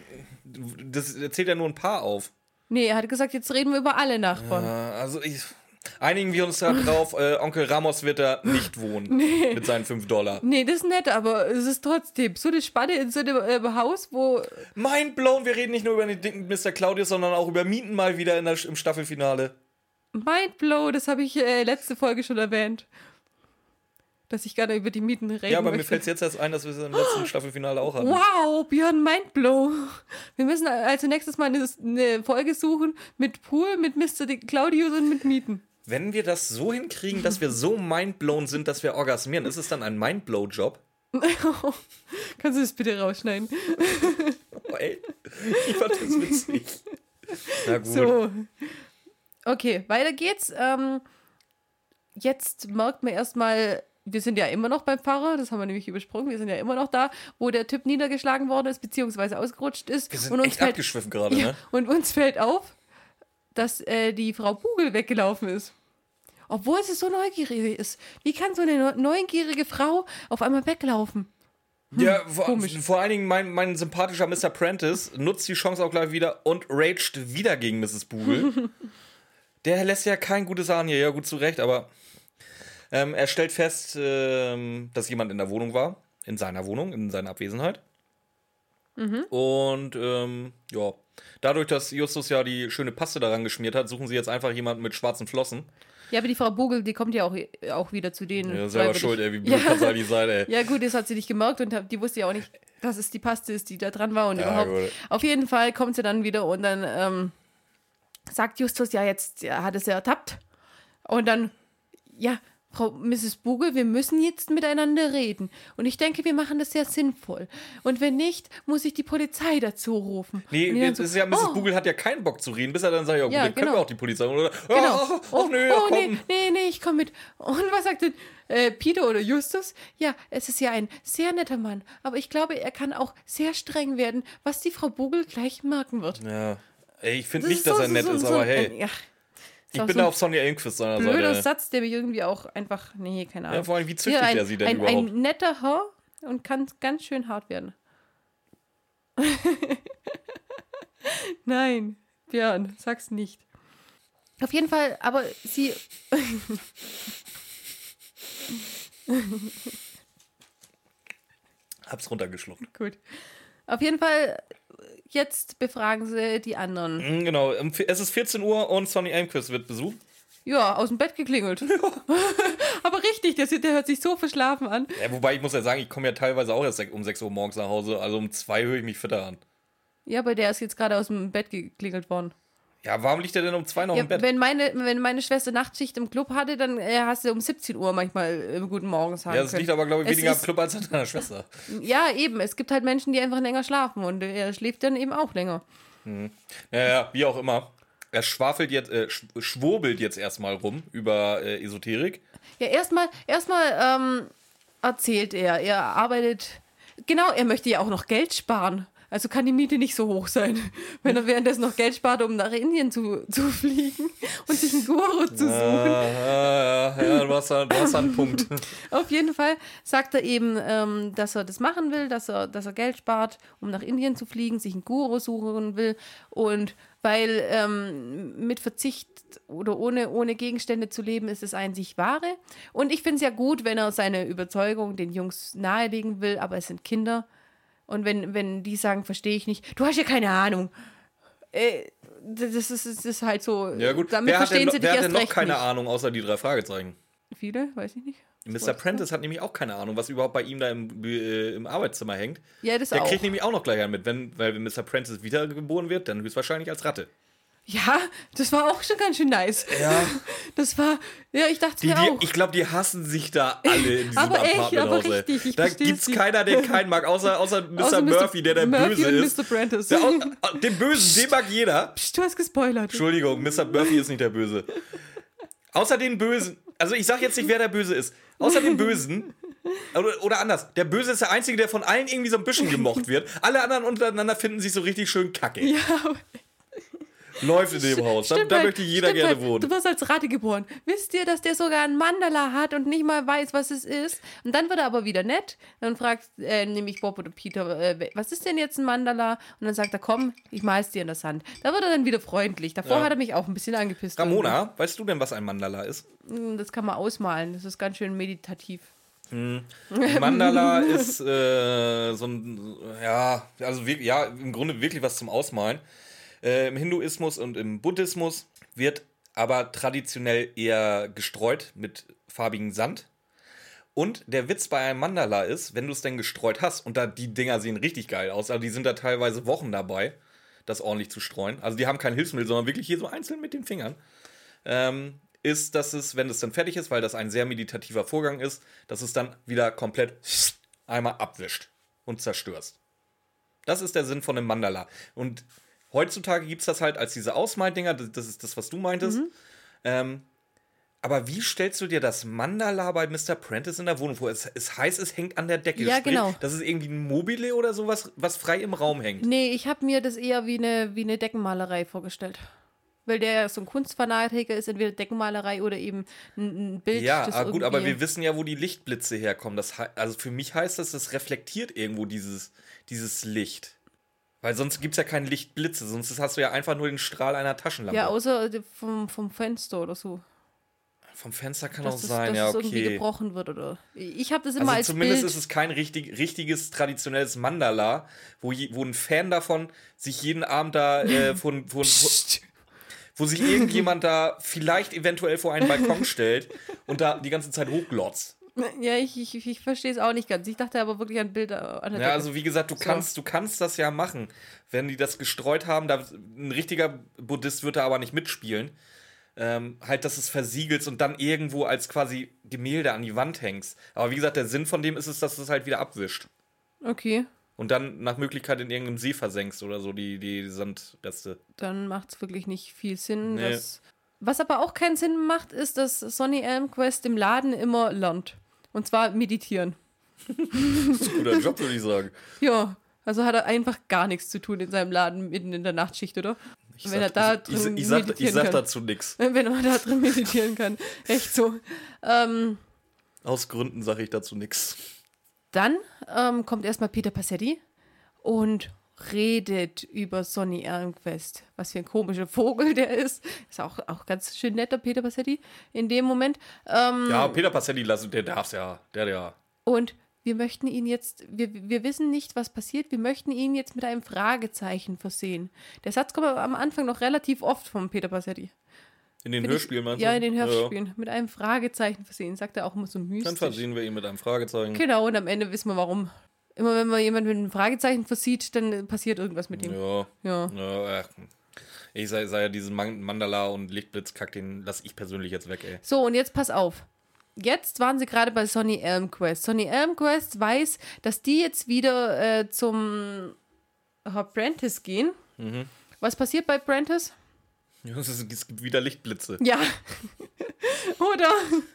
das zählt ja nur ein paar auf. Nee, er hat gesagt, jetzt reden wir über alle Nachbarn. Einigen wir uns darauf, Onkel Ramos wird da nicht wohnen mit seinen $5. Nee, das ist nett, aber es ist trotzdem so eine Spanne in so einem Haus, wo... Mindblown, wir reden nicht nur über den dicken Mr. Claudius, sondern auch über Mieten mal wieder im Staffelfinale. Mindblow, das habe ich letzte Folge schon erwähnt. Dass ich gerne über die Mieten reden möchte. Ja, aber mir fällt es jetzt erst ein, dass wir es im letzten Staffelfinale auch hatten. Wow, Björn Mindblow. Wir müssen also nächstes Mal eine Folge suchen mit Pool, mit Mr. Claudius und mit Mieten. Wenn wir das so hinkriegen, dass wir so mindblown sind, dass wir orgasmieren, ist es dann ein Mindblow-Job? Kannst du das bitte rausschneiden? Oh, ey, ich fand das witzig. Na gut. So. Okay, weiter geht's. Jetzt merkt man erstmal, wir sind ja immer noch beim Pfarrer, das haben wir nämlich übersprungen, wir sind ja immer noch da, wo der Typ niedergeschlagen worden ist, beziehungsweise ausgerutscht ist. Wir sind echt abgeschwiffen gerade, ne? Und uns fällt auf, dass die Frau Bugle weggelaufen ist. Obwohl sie so neugierig ist. Wie kann so eine neugierige Frau auf einmal weglaufen? Ja, vor allen Dingen mein sympathischer Mr. Prentice nutzt die Chance auch gleich wieder und raged wieder gegen Mrs. Bugle. Der lässt ja kein gutes Ahnen hier. Ja, gut, zu Recht, aber er stellt fest, dass jemand in der Wohnung war. In seiner Wohnung, in seiner Abwesenheit. Und ja, dadurch, dass Justus ja die schöne Paste daran geschmiert hat, suchen sie jetzt einfach jemanden mit schwarzen Flossen. Ja, aber die Frau Bugle, die kommt ja auch wieder zu denen. Ja, selber schuld, ey, wie blöd kann es eigentlich sein, ey. Ja gut, das hat sie nicht gemerkt und die wusste ja auch nicht, dass es die Paste ist, die da dran war und Ja, überhaupt. gut. Auf jeden Fall kommt sie dann wieder und dann sagt Justus, ja, jetzt hat es ja ertappt. Und dann, ja, Frau Mrs. Bugle, wir müssen jetzt miteinander reden. Und ich denke, wir machen das sehr sinnvoll. Und wenn nicht, muss ich die Polizei dazu rufen. Nee, das ist ja, Mrs. Bugle hat ja keinen Bock zu reden, bis er dann sagt, ja gut, dann können genau. wir auch die Polizei. Oder, Genau. komm. Nee, ich komme mit. Und was sagt denn Peter oder Justus? Ja, es ist ja ein sehr netter Mann, aber ich glaube, er kann auch sehr streng werden, was die Frau Bugle gleich merken wird. Ja, ey, ich finde nicht, dass er nett ist, aber hey. Ich bin da auf Sonny Elmquist seiner Seite. Blöder Satz, der mich irgendwie auch einfach, nee, keine Ahnung. Ja, vor allem, wie züchtigt er sie denn überhaupt? Ein netter Herr und kann ganz schön hart werden. Nein, Björn, sag's nicht. Auf jeden Fall, aber sie... Hab's runtergeschluckt. Gut. Auf jeden Fall, jetzt befragen sie die anderen. Genau, es ist 14 Uhr und Sonny Elmquist wird besucht. Ja, aus dem Bett geklingelt. Ja. Aber richtig, der hört sich so verschlafen an. Ja, wobei ich muss ja sagen, ich komme ja teilweise auch erst um 6 Uhr morgens nach Hause, also um 2 höre ich mich fitter an. Ja, aber der ist jetzt gerade aus dem Bett geklingelt worden. Ja, warum liegt der denn um 2 noch im Bett? Wenn meine Schwester Nachtschicht im Club hatte, dann hast du um 17 Uhr manchmal Guten Morgen sagen können. Ja, das liegt aber, glaube ich, weniger am Club als an deiner Schwester. Ja, eben. Es gibt halt Menschen, die einfach länger schlafen und er schläft dann eben auch länger. Ja, wie auch immer. Er schwurbelt jetzt erstmal rum über Esoterik. Ja, erstmal erzählt er arbeitet, genau, er möchte ja auch noch Geld sparen. Also kann die Miete nicht so hoch sein, wenn er währenddessen noch Geld spart, um nach Indien zu fliegen und sich einen Guru zu suchen. Ja, du hast einen Punkt. Auf jeden Fall sagt er eben, dass er das machen will, dass er Geld spart, um nach Indien zu fliegen, sich einen Guru suchen will und weil mit Verzicht oder ohne Gegenstände zu leben ist das einzig Wahre. Und ich finde es ja gut, wenn er seine Überzeugung den Jungs nahelegen will, aber es sind Kinder. Und wenn die sagen, verstehe ich nicht, du hast ja keine Ahnung. Das ist halt so. Ja gut, damit verstehen sie dich erst recht nicht. Wer hat denn noch keine Ahnung, außer die 3 Fragezeichen? Viele? Weiß ich nicht. Mr. Prentice hat nämlich auch keine Ahnung, was überhaupt bei ihm da im Arbeitszimmer hängt. Ja, das Der auch. kriegt nämlich auch noch gleich mit, weil Mr. Prentice wiedergeboren wird, dann höchstwahrscheinlich als Ratte. Ja, das war auch schon ganz schön nice. Ja. Das war, ja, ich dachte mir auch. Ich glaube, die hassen sich da alle in diesem Apartmenthaus. Aber richtig, da gibt's keiner, der keinen mag, außer Mr. Murphy, der Böse ist. Mr. Prentice. Den Bösen, den mag jeder. Psst, du hast gespoilert. Entschuldigung, Mr. Murphy ist nicht der Böse. Außer den Bösen, also ich sag jetzt nicht, wer der Böse ist. Außer den Bösen, oder anders, der Böse ist der Einzige, der von allen irgendwie so ein bisschen gemocht wird. Alle anderen untereinander finden sich so richtig schön kacke. Ja, läuft in dem Haus. Da möchte jeder gerne wohnen. Du wirst als Ratte geboren. Wisst ihr, dass der sogar ein Mandala hat und nicht mal weiß, was es ist? Und dann wird er aber wieder nett. Dann fragt nämlich Bob oder Peter, was ist denn jetzt ein Mandala? Und dann sagt er, komm, ich mal's dir in der Sand. Da wird er dann wieder freundlich. Davor hat er mich auch ein bisschen angepisst. Ramona, weißt du denn, was ein Mandala ist? Das kann man ausmalen. Das ist ganz schön meditativ. Ein Mandala ist so ein, im Grunde wirklich was zum Ausmalen. Im Hinduismus und im Buddhismus wird aber traditionell eher gestreut mit farbigem Sand. Und der Witz bei einem Mandala ist, wenn du es denn gestreut hast, und die Dinger sehen richtig geil aus, also die sind da teilweise Wochen dabei, das ordentlich zu streuen. Also die haben kein Hilfsmittel, sondern wirklich hier so einzeln mit den Fingern. Ist, dass es, wenn es dann fertig ist, weil das ein sehr meditativer Vorgang ist, dass es dann wieder komplett einmal abwischt und zerstörst. Das ist der Sinn von einem Mandala. Und heutzutage gibt es das halt als diese Ausmaldinger, das ist das, was du meintest. Aber wie stellst du dir das Mandala bei Mr. Prentice in der Wohnung vor? Es heißt, es hängt an der Decke. Ja, sprich, genau. Das ist irgendwie ein Mobile oder sowas, was frei im Raum hängt. Nee, ich habe mir das eher wie eine Deckenmalerei vorgestellt. Weil der so ein Kunstfanatiker ist, entweder Deckenmalerei oder eben ein Bild. Ja, gut, aber wir wissen ja, wo die Lichtblitze herkommen. Also für mich heißt das reflektiert irgendwo dieses Licht. Weil sonst gibt es ja keine Lichtblitze, sonst hast du ja einfach nur den Strahl einer Taschenlampe. Ja, außer vom Fenster oder so. Vom Fenster kann auch sein, ja, okay. Dass es irgendwie gebrochen wird, oder? Ich habe das immer als zumindest Bild. Ist es kein richtiges, traditionelles Mandala, wo ein Fan davon sich jeden Abend da wo sich irgendjemand da vielleicht eventuell vor einen Balkon stellt und da die ganze Zeit hochglotzt. Ja, ich verstehe es auch nicht ganz. Ich dachte aber wirklich an Bilder an der Decke. Ja, also wie gesagt, du kannst das ja machen. Wenn die das gestreut haben, ein richtiger Buddhist wird da aber nicht mitspielen. Halt, dass es versiegelst und dann irgendwo als quasi Gemälde an die Wand hängst. Aber wie gesagt, der Sinn von dem ist es, dass es halt wieder abwischt. Okay. Und dann nach Möglichkeit in irgendeinem See versenkst oder so, die Sandreste. Dann macht es wirklich nicht viel Sinn. Nee. Was aber auch keinen Sinn macht, ist, dass Sonny Elmquist im Laden immer lernt. Und zwar meditieren. Das ist ein guter Job, würde ich sagen. Ja, also hat er einfach gar nichts zu tun in seinem Laden mitten in der Nachtschicht, oder? Ich sag dazu nichts. Wenn er da drin meditieren kann. Echt so. Aus Gründen sage ich dazu nichts. Dann kommt erstmal Peter Passetti und redet über Sonny Elmquist. Was für ein komischer Vogel der ist. Ist auch ganz schön netter, Peter Passetti, in dem Moment. Ja, Peter Passetti, der darf's ja. Der. Und wir möchten ihn jetzt, wir wissen nicht, was passiert, wir möchten ihn jetzt mit einem Fragezeichen versehen. Der Satz kommt am Anfang noch relativ oft von Peter Passetti. In den Hörspielen meinst du? Ja, in den Hörspielen. Ja. Mit einem Fragezeichen versehen. Sagt er auch immer so mystisch. Dann versehen wir ihn mit einem Fragezeichen. Genau, und am Ende wissen wir warum. Immer wenn man jemanden mit einem Fragezeichen versieht, dann passiert irgendwas mit ihm. Ja. Ich sag ja, diesen Mandala und Lichtblitzkack, den lasse ich persönlich jetzt weg, ey. So, und jetzt pass auf. Jetzt waren sie gerade bei Sonny Elmquist. Sonny Elmquist weiß, dass die jetzt wieder zum Prentice gehen. Mhm. Was passiert bei Prentice? Ja, es gibt wieder Lichtblitze. Ja. Oder?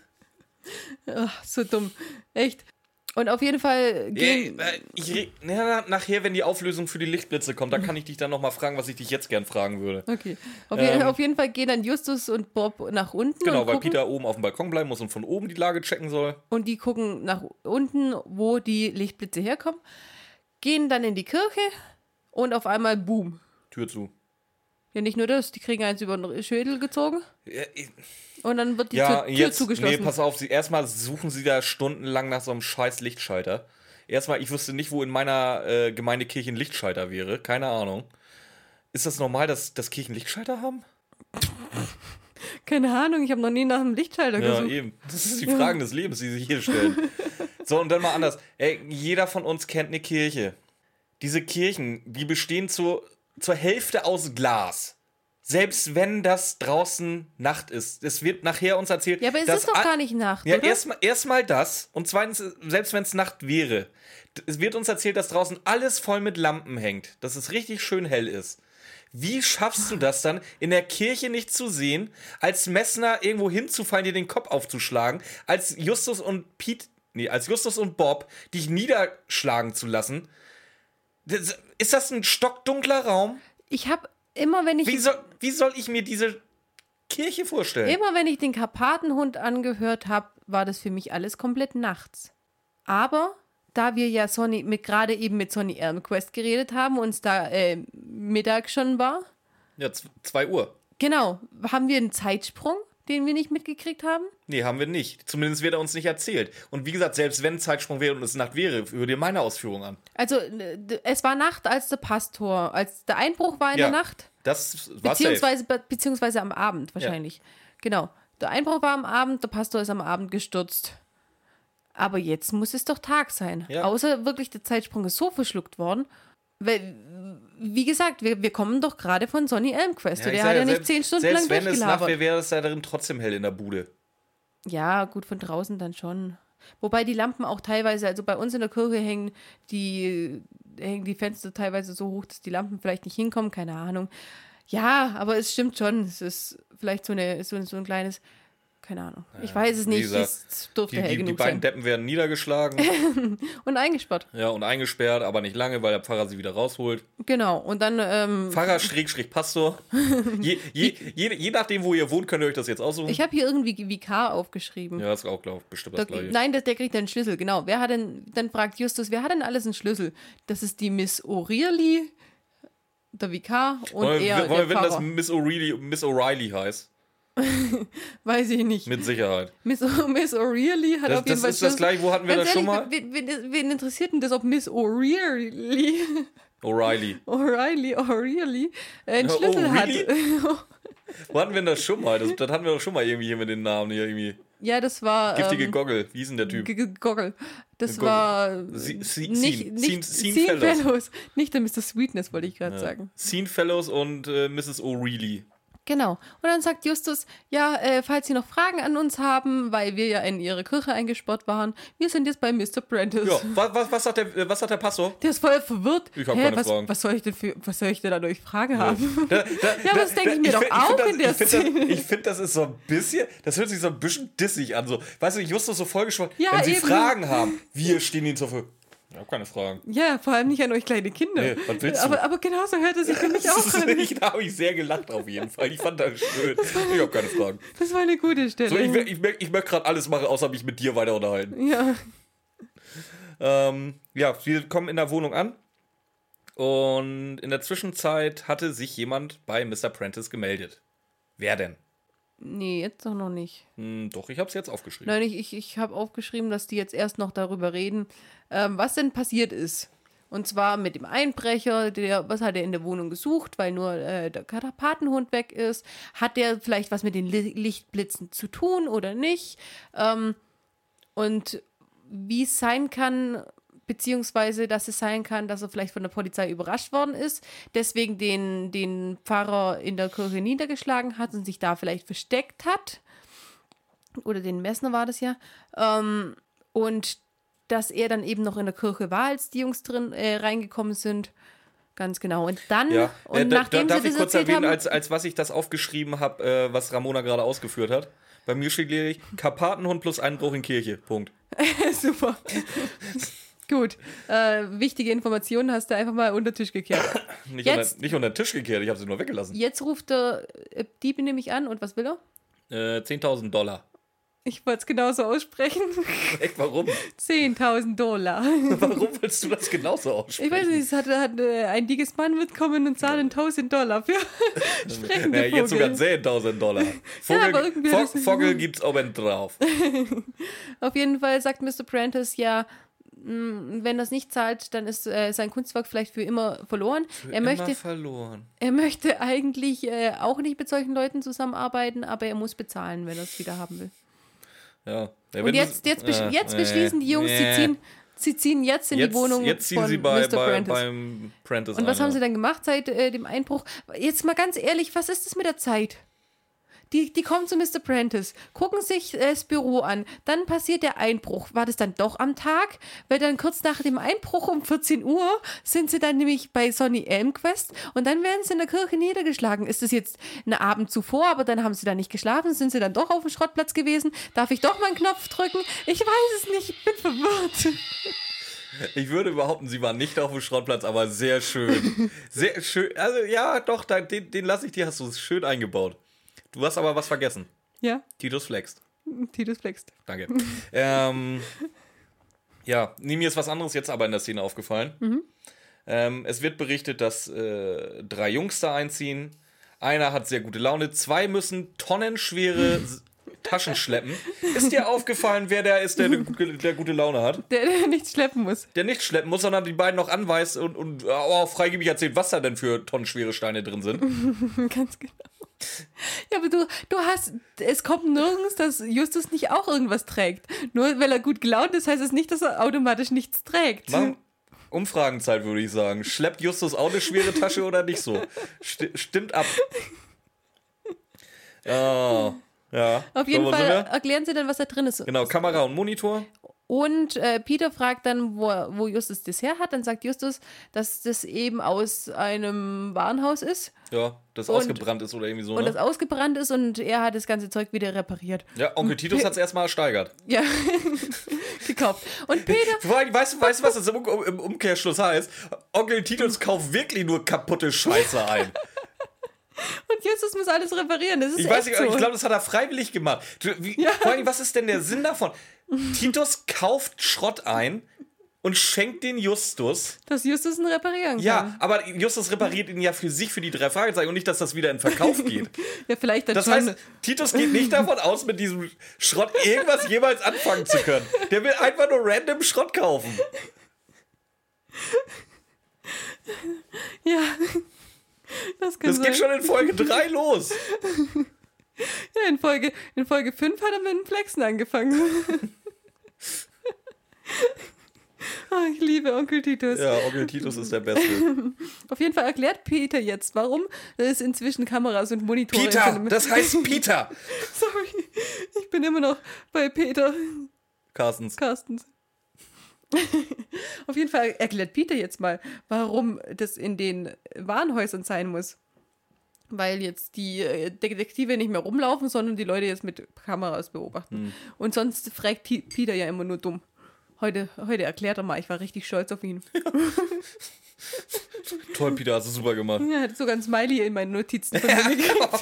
Ach, so dumm. Echt. Und auf jeden Fall gehen... nachher, wenn die Auflösung für die Lichtblitze kommt, dann kann ich dich dann nochmal fragen, was ich dich jetzt gern fragen würde. Okay. Auf jeden Fall gehen dann Justus und Bob nach unten. Genau, weil Peter oben auf dem Balkon bleiben muss und von oben die Lage checken soll. Und die gucken nach unten, wo die Lichtblitze herkommen. Gehen dann in die Kirche und auf einmal boom. Tür zu. Ja, nicht nur das, die kriegen eins über den Schädel gezogen. Ja, und dann wird die Tür zugeschlossen. Nee, pass auf, erstmal suchen sie da stundenlang nach so einem scheiß Lichtschalter. Erstmal, ich wüsste nicht, wo in meiner Gemeindekirche ein Lichtschalter wäre. Keine Ahnung. Ist das normal, dass Kirchen Lichtschalter haben? Keine Ahnung, ich habe noch nie nach einem Lichtschalter gesucht. Ja, eben. Das ist die Fragen des Lebens, die sich hier stellen. So, und dann mal anders. Ey, jeder von uns kennt eine Kirche. Diese Kirchen, die bestehen zur Hälfte aus Glas. Selbst wenn das draußen Nacht ist. Es wird nachher uns erzählt... Ja, aber es ist doch gar nicht Nacht, ja, oder? Erstmal das. Und zweitens, selbst wenn es Nacht wäre, es wird uns erzählt, dass draußen alles voll mit Lampen hängt. Dass es richtig schön hell ist. Wie schaffst du das dann, in der Kirche nicht zu sehen, als Messner irgendwo hinzufallen, dir den Kopf aufzuschlagen, als Justus und Bob dich niederschlagen zu lassen? Ist das ein stockdunkler Raum? Ich habe immer, wenn ich... Wie soll ich mir diese Kirche vorstellen? Immer, wenn ich den Karpatenhund angehört habe, war das für mich alles komplett nachts. Aber da wir ja gerade eben mit Sonny Elmquist geredet haben und es da Mittag schon war... Ja, 2 Uhr. Genau. Haben wir einen Zeitsprung, den wir nicht mitgekriegt haben? Nee, haben wir nicht. Zumindest wird er uns nicht erzählt. Und wie gesagt, selbst wenn Zeitsprung wäre und es Nacht wäre, hör dir meine Ausführung an. Also, es war Nacht, als der Einbruch war in der Nacht. Das war beziehungsweise am Abend wahrscheinlich. Ja. Genau. Der Einbruch war am Abend, der Pastor ist am Abend gestürzt. Aber jetzt muss es doch Tag sein. Ja. Außer wirklich der Zeitsprung ist so verschluckt worden. Weil, wie gesagt, wir kommen doch gerade von Sonny Elmquist. Ja, der hat ja nicht 10 Stunden lang durchgelabert. Selbst wenn es Nacht wäre, wäre es da drin trotzdem hell in der Bude. Ja, gut, von draußen dann schon. Wobei die Lampen auch teilweise, also bei uns in der Kirche hängen die Fenster teilweise so hoch, dass die Lampen vielleicht nicht hinkommen, keine Ahnung. Ja, aber es stimmt schon, es ist vielleicht so ein kleines, keine Ahnung. Ich weiß es nicht, es dürfte hell genug sein. Die beiden Deppen werden niedergeschlagen. Und eingesperrt. Ja, und eingesperrt, aber nicht lange, weil der Pfarrer sie wieder rausholt. Genau, und dann... Pfarrer / Pastor. je nachdem, wo ihr wohnt, könnt ihr euch das jetzt aussuchen. Ich habe hier irgendwie Vikar aufgeschrieben. Ja, das ist auch, glaube ich, bestimmt das Gleiche. Nein, der kriegt einen Schlüssel, genau. Dann fragt Justus, wer hat denn alles einen Schlüssel? Das ist die Miss O'Reilly, der Vikar und wollen der wir Pfarrer. Dass Miss O'Reilly heißt? Weiß ich nicht. Mit Sicherheit. Miss O'Reilly hat auf jeden Fall... Das ist das gleiche, wo hatten wir das schon mal? Wen interessiert denn das, ob Miss O'Reilly einen Schlüssel hat? Wo hatten wir das schon mal? Das hatten wir doch schon mal irgendwie hier mit den Namen hier irgendwie. Ja, das war... Giftige Goggle. Wie hieß denn der Typ? Goggle. Das war... Scene Fellows. Nicht der Mr. Sweetness, wollte ich gerade sagen. Scene Fellows und Mrs. O'Reilly. Genau. Und dann sagt Justus, ja, falls Sie noch Fragen an uns haben, weil wir ja in Ihre Kirche eingesperrt waren, wir sind jetzt bei Mr. Prentice. Ja, was sagt der Pastor? Der ist voll verwirrt. Ich habe keine Fragen. Was soll ich denn da durch Fragen haben? Ja, das denke ich mir doch auch in der Szene. Ich finde, das ist so ein bisschen, das hört sich so ein bisschen dissig an. So, weißt du, Justus so vollgeschwollen, ja, wenn Sie Fragen haben, wir stehen Ihnen zur Verfügung. Ich habe keine Fragen. Ja, vor allem nicht an euch kleine Kinder. Nee, was willst du? Aber genauso hört es sich für mich auch an. Da habe ich sehr gelacht auf jeden Fall. Ich fand das schön. Ich habe keine Fragen. Das war eine gute Stelle. So, ich möchte gerade alles machen, außer mich mit dir weiter unterhalten. Ja. Ja, wir kommen in der Wohnung an. Und in der Zwischenzeit hatte sich jemand bei Mr. Prentice gemeldet. Wer denn? Nee, jetzt doch noch nicht. Doch, ich habe es jetzt aufgeschrieben. Nein, ich habe aufgeschrieben, dass die jetzt erst noch darüber reden, was denn passiert ist. Und zwar mit dem Einbrecher, was hat er in der Wohnung gesucht, weil nur der Karpatenhund weg ist. Hat der vielleicht was mit den Lichtblitzen zu tun oder nicht? Und wie es sein kann, beziehungsweise dass es sein kann, dass er vielleicht von der Polizei überrascht worden ist, deswegen den Pfarrer in der Kirche niedergeschlagen hat und sich da vielleicht versteckt hat. Oder den Messner war das ja. Und dass er dann eben noch in der Kirche war, als die Jungs drin reingekommen sind. Ganz genau. Und dann, und nachdem darf sie ich das kurz erwähnen, als was ich das aufgeschrieben habe, was Ramona gerade ausgeführt hat. Bei mir steht lediglich Karpatenhund plus Einbruch in Kirche. Punkt. Super. Gut. Wichtige Informationen hast du einfach mal unter den Tisch gekehrt. Nicht unter den Tisch gekehrt, ich habe sie nur weggelassen. Jetzt ruft der Diebe nämlich an und was will er? $10.000. Ich wollte es genauso aussprechen. Echt, warum? $10.000. Warum willst du das genauso aussprechen? Ich weiß nicht, es hat ein dickes Mann mitkommen und zahlen $1.000 für sprechende Vogel. Jetzt sogar $10.000. Vogel gibt's oben drauf. Auf jeden Fall sagt Mr. Prentice, ja, wenn das nicht zahlt, dann ist sein Kunstwerk vielleicht für immer verloren. Er möchte eigentlich auch nicht mit solchen Leuten zusammenarbeiten, aber er muss bezahlen, wenn er es wieder haben will. Ja. Und jetzt beschließen die Jungs, sie ziehen jetzt in die Wohnung von Mr. Prentice. Beim Prentice Und was haben sie dann gemacht seit dem Einbruch? Jetzt mal ganz ehrlich, was ist das mit der Zeit? Die kommen zu Mr. Prentice, gucken sich das Büro an, dann passiert der Einbruch. War das dann doch am Tag? Weil dann kurz nach dem Einbruch um 14 Uhr sind sie dann nämlich bei Sonny Elmquist und dann werden sie in der Kirche niedergeschlagen. Ist das jetzt ein Abend zuvor, aber dann haben sie da nicht geschlafen? Sind sie dann doch auf dem Schrottplatz gewesen? Darf ich doch mal einen Knopf drücken? Ich weiß es nicht, ich bin verwirrt. Ich würde behaupten, sie waren nicht auf dem Schrottplatz, aber sehr schön. Sehr schön. Also ja, doch, den lasse ich dir, hast du es schön eingebaut. Du hast aber was vergessen. Ja. Titus flext. Danke. Mir ist was anderes jetzt aber in der Szene aufgefallen. Es wird berichtet, dass 3 Jungs da einziehen. Einer hat sehr gute Laune. 2 müssen tonnenschwere Taschen schleppen. Ist dir aufgefallen, wer der ist, der gute Laune hat? Der nicht schleppen muss. Der nicht schleppen muss, sondern die beiden noch anweist und freigebig erzählt, was da denn für tonnenschwere Steine drin sind. Ganz genau. Ja, aber du hast, es kommt nirgends, dass Justus nicht auch irgendwas trägt. Nur weil er gut gelaunt ist, heißt es nicht, dass er automatisch nichts trägt. Umfragenzeit, würde ich sagen. Schleppt Justus auch eine schwere Tasche oder nicht so? Stimmt ab. Ja. Auf jeden Fall erklären sie dann, was da drin ist. Genau, Kamera und Monitor. Und Peter fragt dann, wo Justus das her hat. Dann sagt Justus, dass das eben aus einem Warenhaus ist. Ja, das ausgebrannt ist oder irgendwie so. Und das ausgebrannt ist und er hat das ganze Zeug wieder repariert. Ja, Onkel Titus hat es erstmal ersteigert. Ja, gekauft. Und Peter... Weißt du, was das im Umkehrschluss heißt? Onkel Titus kauft wirklich nur kaputte Scheiße ein. Und Justus muss alles reparieren. Das ist ich glaube, das hat er freiwillig gemacht. Vor allem, was ist denn der Sinn davon? Titus kauft Schrott ein und schenkt den Justus. Dass Justus ihn reparieren kann. Ja, aber Justus repariert ihn ja für sich, für die 3 Fragezeichen und nicht, dass das wieder in Verkauf geht. Ja, vielleicht das heißt, Titus geht nicht davon aus, mit diesem Schrott irgendwas jemals anfangen zu können. Der will einfach nur random Schrott kaufen. Ja. Das geht schon in Folge 3 los. Ja, in Folge 5 hat er mit dem Flexen angefangen. Ich liebe Onkel Titus. Ja, Onkel Titus ist der Beste. Auf jeden Fall erklärt Peter jetzt, warum es inzwischen Kameras und Monitore... Peter, das heißt Peter. Sorry, ich bin immer noch bei Peter. Carstens. Auf jeden Fall erklärt Peter jetzt mal, warum das in den Warenhäusern sein muss. Weil jetzt die Detektive nicht mehr rumlaufen, sondern die Leute jetzt mit Kameras beobachten. Und sonst fragt Peter ja immer nur dumm. Heute erklärt er mal, ich war richtig stolz auf ihn. Ja. Toll, Peter, hast du super gemacht. Ja, hat sogar ein Smiley in meinen Notizen von mir gekriegt.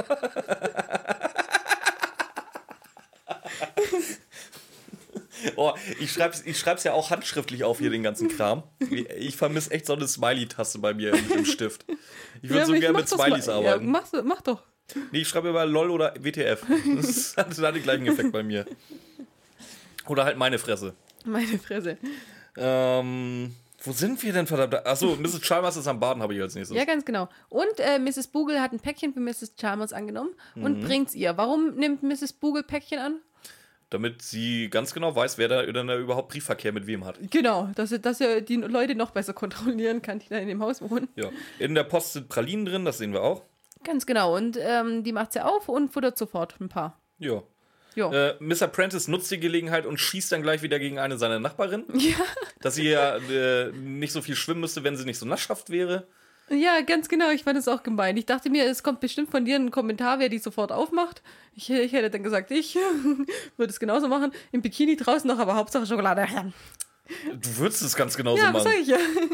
Oh, ich schreib's ja auch handschriftlich auf hier, den ganzen Kram. Ich vermisse echt so eine Smiley-Taste bei mir im Stift. Ich würde so gerne mit Smileys arbeiten. Ja, mach doch. Nee, ich schreibe über LOL oder WTF. Das hat den gleichen Effekt bei mir. Oder halt meine Fresse. Meine Fresse. Wo sind wir denn, verdammt? Achso, Mrs. Chalmers ist am Baden, habe ich als nächstes. Ja, ganz genau. Und Mrs. Bogle hat ein Päckchen für Mrs. Chalmers angenommen und bringt's ihr. Warum nimmt Mrs. Bogle Päckchen an? Damit sie ganz genau weiß, wer da überhaupt Briefverkehr mit wem hat. Genau, dass er die Leute noch besser kontrollieren kann, die da in dem Haus wohnen. Ja, in der Post sind Pralinen drin, das sehen wir auch. Ganz genau, und die macht sie auf und futtert sofort ein paar. Ja. Mr. Prentice nutzt die Gelegenheit und schießt dann gleich wieder gegen eine seiner Nachbarinnen. Ja. Dass sie ja nicht so viel schwimmen müsste, wenn sie nicht so nasshaft wäre. Ja, ganz genau, ich fand es auch gemein. Ich dachte mir, es kommt bestimmt von dir ein Kommentar, wer die sofort aufmacht. Ich hätte dann gesagt, ich würde es genauso machen. Im Bikini draußen noch, aber Hauptsache Schokolade. Du würdest es ganz genauso machen. Ja, was sag ich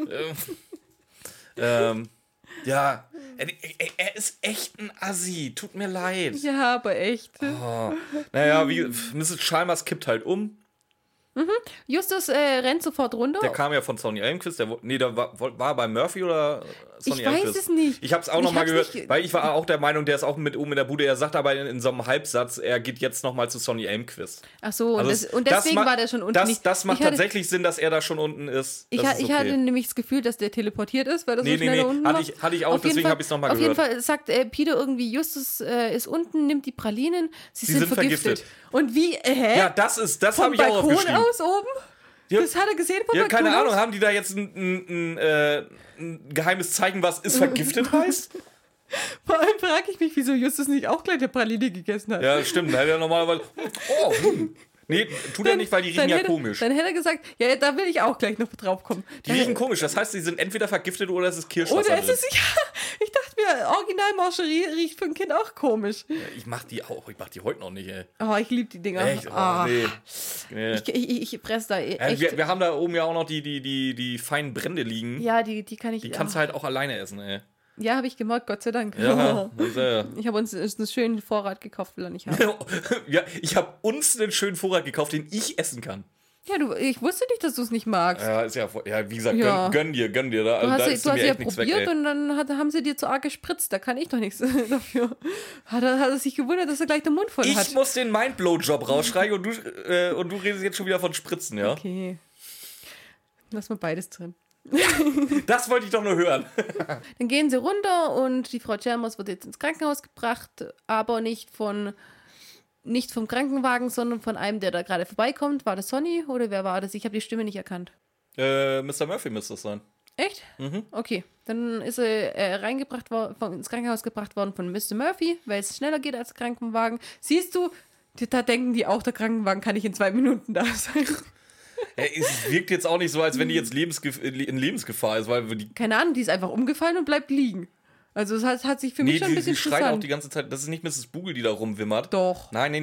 ja. Ja, er ist echt ein Assi, tut mir leid. Ja, aber echt. Oh. Naja, Mrs. Chalmers kippt halt um. Justus rennt sofort runter. Der kam ja von Sonny Elmquist. Der war bei Murphy oder Sonny Elmquist? Ich weiß es nicht. Ich habe es auch nochmal gehört, weil ich war auch der Meinung, der ist auch mit oben in der Bude. Er sagt aber in so einem Halbsatz, er geht jetzt nochmal zu Sonny Elmquist. Ach so, also und deswegen war der schon unten. Das macht tatsächlich Sinn, dass er da schon unten ist. Ich hatte nämlich das Gefühl, dass der teleportiert ist, weil das so schnell unten war. Hatte ich auch, deswegen habe ich es nochmal gehört. Auf jeden Fall sagt Peter irgendwie, Justus ist unten, nimmt die Pralinen, sie sind vergiftet. Und wie, Ja, das habe ich auch aufgeschrieben. Balkon aus oben? Ja. Das hat er gesehen vom Balkon keine Ahnung, aus? haben die da jetzt ein geheimes Zeichen, was ist vergiftet heißt? Vor allem frage ich mich, wieso Justus nicht auch gleich der Praline gegessen hat. Ja, stimmt, da hätte er normalerweise, Nee, tut er nicht, weil die riechen ja komisch. Dann hätte er gesagt, ja, da will ich auch gleich noch drauf kommen. Die riechen komisch, das heißt, sie sind entweder vergiftet oder es ist Kirschwasser drin. Oder es ist, ja, ich dachte mir, Original Marcherie riecht für ein Kind auch komisch. Ja, ich mach die heute noch nicht, ey. Oh, ich liebe die Dinger. Echt? Nee. Ich presse da echt. Wir haben da oben ja auch noch die feinen Brände liegen. Ja, die kann ich... Die kannst du halt auch alleine essen, ey. Ja, habe ich gemerkt, Gott sei Dank. Ja, ich habe uns einen schönen Vorrat gekauft, will er nicht haben. Ja, ich habe uns einen schönen Vorrat gekauft, den ich essen kann. Ja, ich wusste nicht, dass du es nicht magst. Ja, ist ja wie gesagt, gönn dir. Da, du hast ja probiert weg, und dann haben sie dir zu arg gespritzt. Da kann ich doch nichts dafür. Hat er sich gewundert, dass er gleich den Mund voll hat. Ich muss den Mind-Blow-Job rausschreien und du redest jetzt schon wieder von Spritzen, ja? Okay. Lass mal beides drin. Das wollte ich doch nur hören. Dann gehen sie runter und die Frau Chalmers wird jetzt ins Krankenhaus gebracht, aber nicht vom Krankenwagen, sondern von einem, der da gerade vorbeikommt. War das Sonny oder wer war das? Ich habe die Stimme nicht erkannt. Mr. Murphy müsste es sein. Echt? Mhm. Okay. Dann ist er ins Krankenhaus gebracht worden von Mr. Murphy, weil es schneller geht als der Krankenwagen. Siehst du, da denken die auch, der Krankenwagen kann nicht in 2 Minuten da sein. Es wirkt jetzt auch nicht so, als wenn die jetzt in Lebensgefahr ist, weil die... Keine Ahnung, die ist einfach umgefallen und bleibt liegen. Also es hat sich für mich schon ein bisschen interessant. Die schreit auch die ganze Zeit. Das ist nicht Mrs. Bogle, die da rumwimmert. Doch. Nein,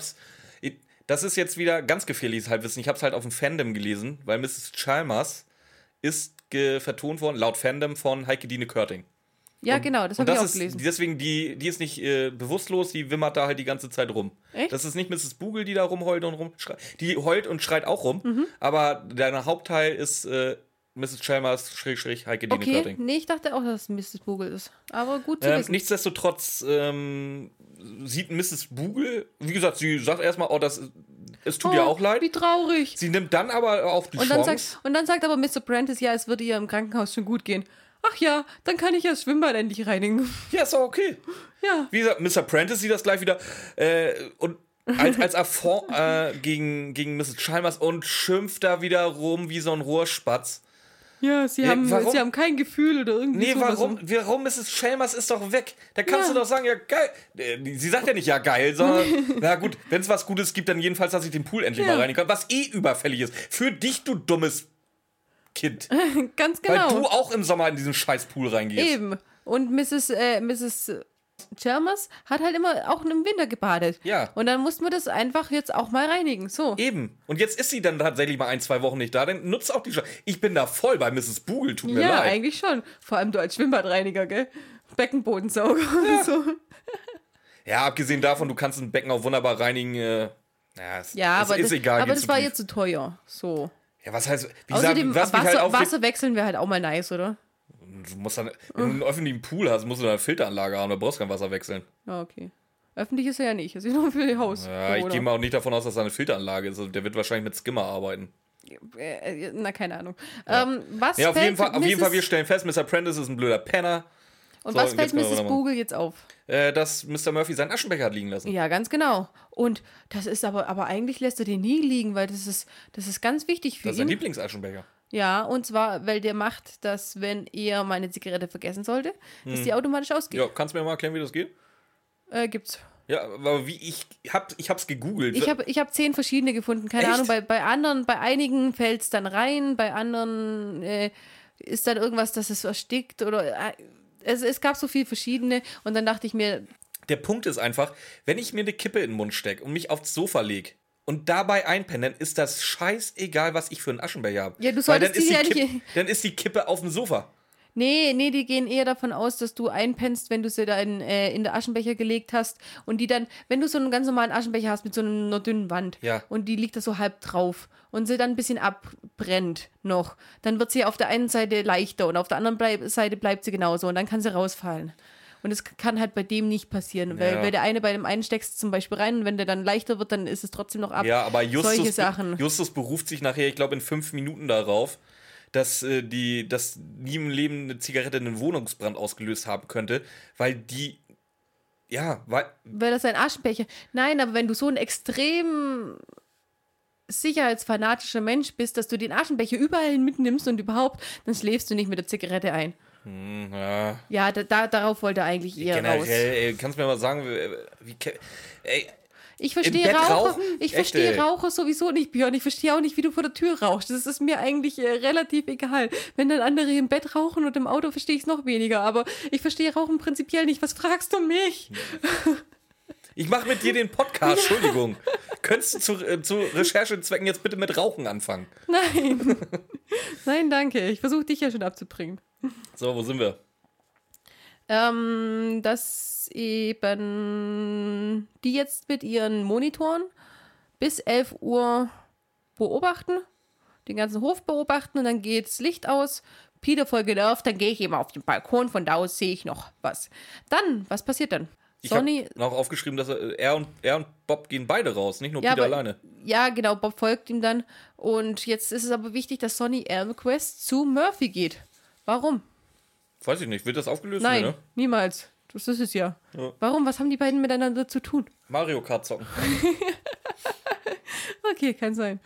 das ist jetzt wieder ganz gefährliches Halbwissen. Ich hab's halt auf dem Fandom gelesen, weil Mrs. Chalmers ist vertont worden, laut Fandom, von Heike Dine Körting. Ja, genau, das habe ich auch gelesen. Deswegen, die ist nicht bewusstlos, die wimmert da halt die ganze Zeit rum. Echt? Das ist nicht Mrs. Bogle, die da rumheult und rumschreit. Die heult und schreit auch rum, aber der Hauptteil ist Mrs. Chalmers / Heike Dine Körting. Okay, nee, ich dachte auch, dass es Mrs. Bogle ist. Aber gut zu wissen. Nichtsdestotrotz sieht Mrs. Bogle, wie gesagt, sie sagt erstmal, es tut ihr auch leid. Wie traurig. Sie nimmt dann aber auch die Chance. Und dann sagt aber Mr. Prentice, ja, es würde ihr im Krankenhaus schon gut gehen. Ach ja, dann kann ich ja das Schwimmbad endlich reinigen. Ja, ist doch okay. Ja. Wie gesagt, Mr. Prentice sieht das gleich wieder und als Affront gegen Mrs. Chalmers und schimpft da wieder rum wie so ein Rohrspatz. Ja, sie haben kein Gefühl oder irgendwie so. Nee, warum Mrs. Chalmers ist doch weg? Da kannst du doch sagen, ja geil. Sie sagt ja nicht, ja geil, sondern, na gut, wenn es was Gutes gibt, dann jedenfalls, dass ich den Pool endlich mal reinigen kann. Was überfällig ist. Für dich, du dummes Kind. Ganz genau. Weil du auch im Sommer in diesen scheiß Pool reingehst. Eben. Und Mrs. Chalmers hat halt immer auch im Winter gebadet. Ja. Und dann mussten wir das einfach jetzt auch mal reinigen. So. Eben. Und jetzt ist sie dann tatsächlich mal 1-2 Wochen nicht da. Dann nutzt auch die Chance. Ich bin da voll bei Mrs. Bogle, tut mir leid. Ja, eigentlich schon. Vor allem du als Schwimmbadreiniger, gell? Beckenbodensauger und so. Ja, abgesehen davon, du kannst ein Becken auch wunderbar reinigen. Aber ist egal. Aber das war jetzt zu teuer. So. Ja, was heißt... Außerdem, Wasser wechseln wäre halt auch mal nice, oder? Du musst dann, wenn du einen öffentlichen Pool hast, musst du eine Filteranlage haben, da brauchst du kein Wasser wechseln. Ja, okay. Öffentlich ist er ja nicht, das ist nur für ihr Haus. Ja, ich gehe mal auch nicht davon aus, dass da eine Filteranlage ist. Also der wird wahrscheinlich mit Skimmer arbeiten. Na, keine Ahnung. Ja. Auf jeden Fall, wir stellen fest, Mr. Prentice ist ein blöder Penner. Und so, was fällt Mrs. Bogle jetzt auf? Dass Mr. Murphy seinen Aschenbecher hat liegen lassen. Ja, ganz genau. Und das ist aber eigentlich lässt er den nie liegen, weil das ist ganz wichtig für ihn. Das ist sein Lieblingsaschenbecher. Ja, und zwar, weil der macht, dass wenn er meine Zigarette vergessen sollte, dass die automatisch ausgeht. Ja, kannst du mir mal erklären, wie das geht? Gibt's. Ja, aber ich hab's gegoogelt. Ich hab 10 verschiedene gefunden. Keine Ahnung, bei einigen fällt es dann rein, bei anderen ist dann irgendwas, dass es erstickt oder es gab so viele verschiedene und dann dachte ich mir... Der Punkt ist einfach, wenn ich mir eine Kippe in den Mund stecke und mich aufs Sofa lege und dabei einpenne, dann ist das scheißegal, was ich für einen Aschenbecher habe. Ja, du solltest dann ist die Kippe auf dem Sofa. Nee, die gehen eher davon aus, dass du einpennst, wenn du sie da in der Aschenbecher gelegt hast und die dann, wenn du so einen ganz normalen Aschenbecher hast mit so einer dünnen Wand und die liegt da so halb drauf und sie dann ein bisschen abbrennt noch, dann wird sie auf der einen Seite leichter und auf der anderen Seite bleibt sie genauso und dann kann sie rausfallen. Und das kann halt bei dem nicht passieren, weil der eine bei dem einen steckst zum Beispiel rein und wenn der dann leichter wird, dann ist es trotzdem noch ab. Ja, aber solche Sachen. Justus beruft sich nachher, ich glaube in 5 Minuten darauf, dass nie im Leben eine Zigarette einen Wohnungsbrand ausgelöst haben könnte, weil die, weil das ein Aschenbecher. Nein, aber wenn du so ein extrem sicherheitsfanatischer Mensch bist, dass du den Aschenbecher überall mitnimmst und überhaupt, dann schläfst du nicht mit der Zigarette ein. Ja, darauf wollte er eigentlich eher generell, raus. Ey, kannst du mir mal sagen, ich verstehe Raucher sowieso nicht, Björn. Ich verstehe auch nicht, wie du vor der Tür rauchst. Das ist mir eigentlich relativ egal. Wenn dann andere im Bett rauchen und im Auto, verstehe ich es noch weniger. Aber ich verstehe Rauchen prinzipiell nicht. Was fragst du mich? Ich mache mit dir den Podcast, Entschuldigung. Könntest du zu Recherchezwecken jetzt bitte mit Rauchen anfangen? Nein. Nein, danke. Ich versuche dich ja schon abzubringen. So, wo sind wir? Dass eben die jetzt mit ihren Monitoren bis 11 Uhr beobachten, den ganzen Hof beobachten und dann geht das Licht aus. Peter voll genervt, dann gehe ich eben auf den Balkon, von da aus sehe ich noch was. Dann, was passiert dann? Ich habe noch aufgeschrieben, dass er und Bob gehen beide raus, nicht nur Peter alleine. Ja, genau, Bob folgt ihm dann. Und jetzt ist es aber wichtig, dass Sonny Elmquist zu Murphy geht. Warum? Weiß ich nicht. Wird das aufgelöst? Nein, ne? Niemals. Das ist es ja. Warum? Was haben die beiden miteinander zu tun? Mario Kart zocken. Okay, kann sein.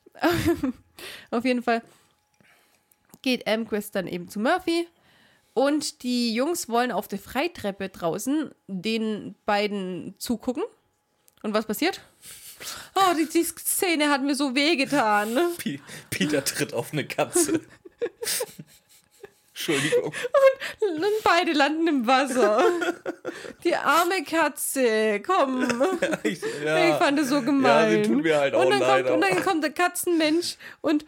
Auf jeden Fall geht Elmquist dann eben zu Murphy und die Jungs wollen auf der Freitreppe draußen den beiden zugucken. Und was passiert? Oh, die Szene hat mir so wehgetan. Peter tritt auf eine Katze. Entschuldigung. Und beide landen im Wasser. Die arme Katze, komm. Ich fand es so gemein. Ja, sie tut mir halt auch leid. Und dann kommt der Katzenmensch und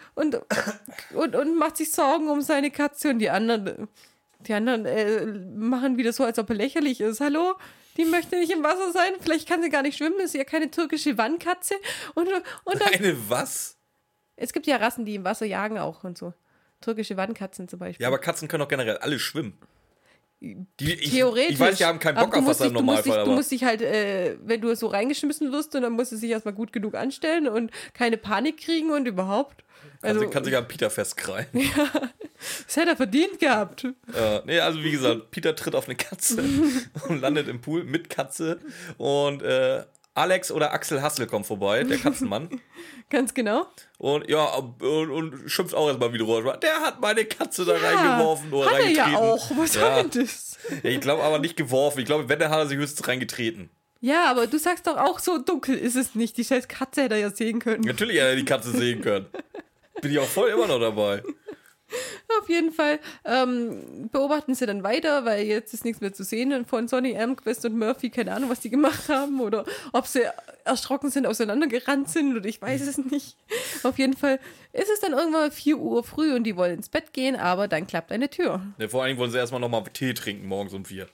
macht sich Sorgen um seine Katze und die anderen machen wieder so, als ob er lächerlich ist. Hallo? Die möchte nicht im Wasser sein. Vielleicht kann sie gar nicht schwimmen. Das ist ja keine türkische Wandkatze. Und dann, eine was? Es gibt ja Rassen, die im Wasser jagen auch und so. Türkische Wandkatzen zum Beispiel. Ja, aber Katzen können doch generell alle schwimmen. Theoretisch. Ich weiß, die haben keinen Bock auf Wasser im Normalfall. Du musst dich halt, wenn du so reingeschmissen wirst, und dann musst du dich erstmal gut genug anstellen und keine Panik kriegen und überhaupt. Also kann sich an Peter festkrallen. Ja, das hätte er verdient gehabt. Nee, also wie gesagt, Peter tritt auf eine Katze und landet im Pool mit Katze und Alex oder Axel Hassel kommt vorbei, der Katzenmann. Ganz genau. Und ja, und schimpft auch erstmal wieder runter. Der hat meine Katze da reingeworfen oder hat reingetreten. Er ja auch. Was soll denn das? Ja, ich glaube aber nicht geworfen. Ich glaube, wenn, dann hat er sich höchstens reingetreten. Ja, aber du sagst doch auch, so dunkel ist es nicht. Die scheiß Katze hätte er ja sehen können. Natürlich hätte er die Katze sehen können. Bin ich auch voll immer noch dabei. Auf jeden Fall beobachten sie dann weiter, weil jetzt ist nichts mehr zu sehen von Sonny, Elmquist und Murphy. Keine Ahnung, was die gemacht haben oder ob sie erschrocken sind, auseinandergerannt sind oder ich weiß es nicht. Auf jeden Fall ist es dann irgendwann 4 Uhr früh und die wollen ins Bett gehen, aber dann klappt eine Tür. Ja, vor allem wollen sie erstmal nochmal Tee trinken morgens um 4.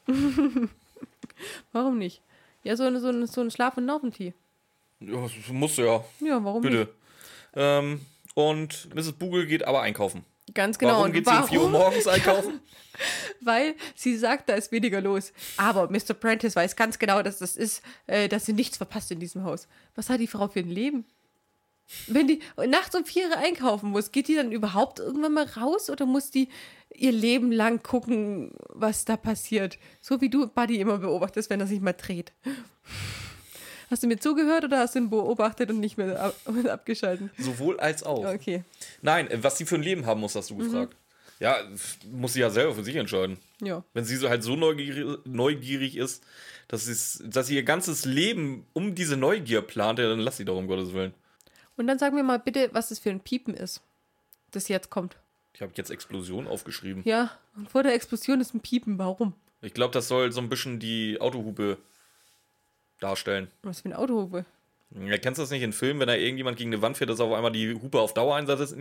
Warum nicht? Ja, so ein Schlaf- und Naufentee. Ja, musst du ja. Ja, warum Bitte. Nicht? Und Mrs. Bogle geht aber einkaufen. Ganz genau. Warum geht sie um 4 Uhr morgens einkaufen? Weil sie sagt, da ist weniger los. Aber Mr. Prentice weiß ganz genau, dass das ist, dass sie nichts verpasst in diesem Haus. Was hat die Frau für ein Leben? Wenn die nachts um 4 einkaufen muss, geht die dann überhaupt irgendwann mal raus oder muss die ihr Leben lang gucken, was da passiert? So wie du Buddy immer beobachtest, wenn er sich mal dreht. Hast du mir zugehört oder hast du ihn beobachtet und nicht mehr abgeschalten? Sowohl als auch. Okay. Nein, was sie für ein Leben haben muss, hast du gefragt. Ja, muss sie ja selber für sich entscheiden. Ja. Wenn sie so halt so neugierig ist, dass sie ihr ganzes Leben um diese Neugier plant, dann lass sie doch, um Gottes Willen. Und dann sag mir mal bitte, was das für ein Piepen ist, das jetzt kommt. Ich habe jetzt Explosion aufgeschrieben. Ja, und vor der Explosion ist ein Piepen. Warum? Ich glaube, das soll so ein bisschen die Autohupe darstellen. Was für eine Autohupe? Ja, kennst du das nicht in Filmen, wenn da irgendjemand gegen eine Wand fährt, dass auf einmal die Hupe auf Dauereinsatz ist?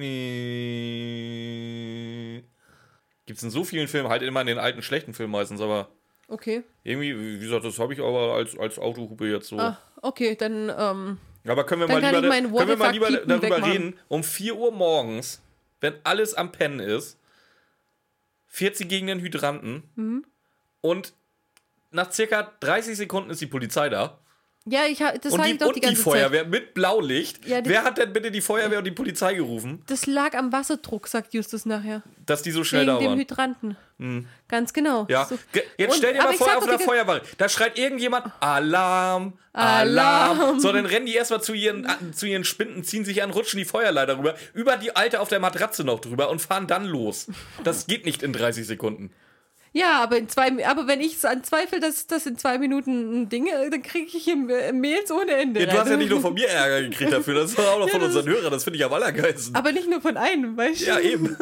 Gibt's in so vielen Filmen, halt immer in den alten, schlechten Filmen meistens, aber okay. Irgendwie, wie gesagt, das habe ich aber als Autohupe jetzt so. Ah, okay, dann aber können wir mal lieber darüber reden, um 4 Uhr morgens, wenn alles am Pennen ist, fährt sie gegen den Hydranten und nach circa 30 Sekunden ist die Polizei da. Ja, das sage ich doch die ganze Zeit. Und die Feuerwehr mit Blaulicht. Ja, wer hat denn bitte die Feuerwehr und die Polizei gerufen? Das lag am Wasserdruck, sagt Justus nachher. Dass die so schnell da waren. Wegen dem Hydranten. Ganz genau. Ja. So. Jetzt stell dir mal vor, auf einer Feuerwache, da schreit irgendjemand Alarm, Alarm. So, dann rennen die erstmal zu ihren Spinden, ziehen sich an, rutschen die Feuerleiter rüber, über die Alte auf der Matratze noch drüber und fahren dann los. Das geht nicht in 30 Sekunden. Ja, aber wenn ich an zweifle, dass das in 2 Minuten ein Ding, dann kriege ich hier Mails ohne Ende. Ja, du hast ja nicht nur von mir Ärger gekriegt dafür, das ist auch noch von unseren Hörern, das finde ich am allergeilsten. Aber nicht nur von einem, weißt du? Ja, eben.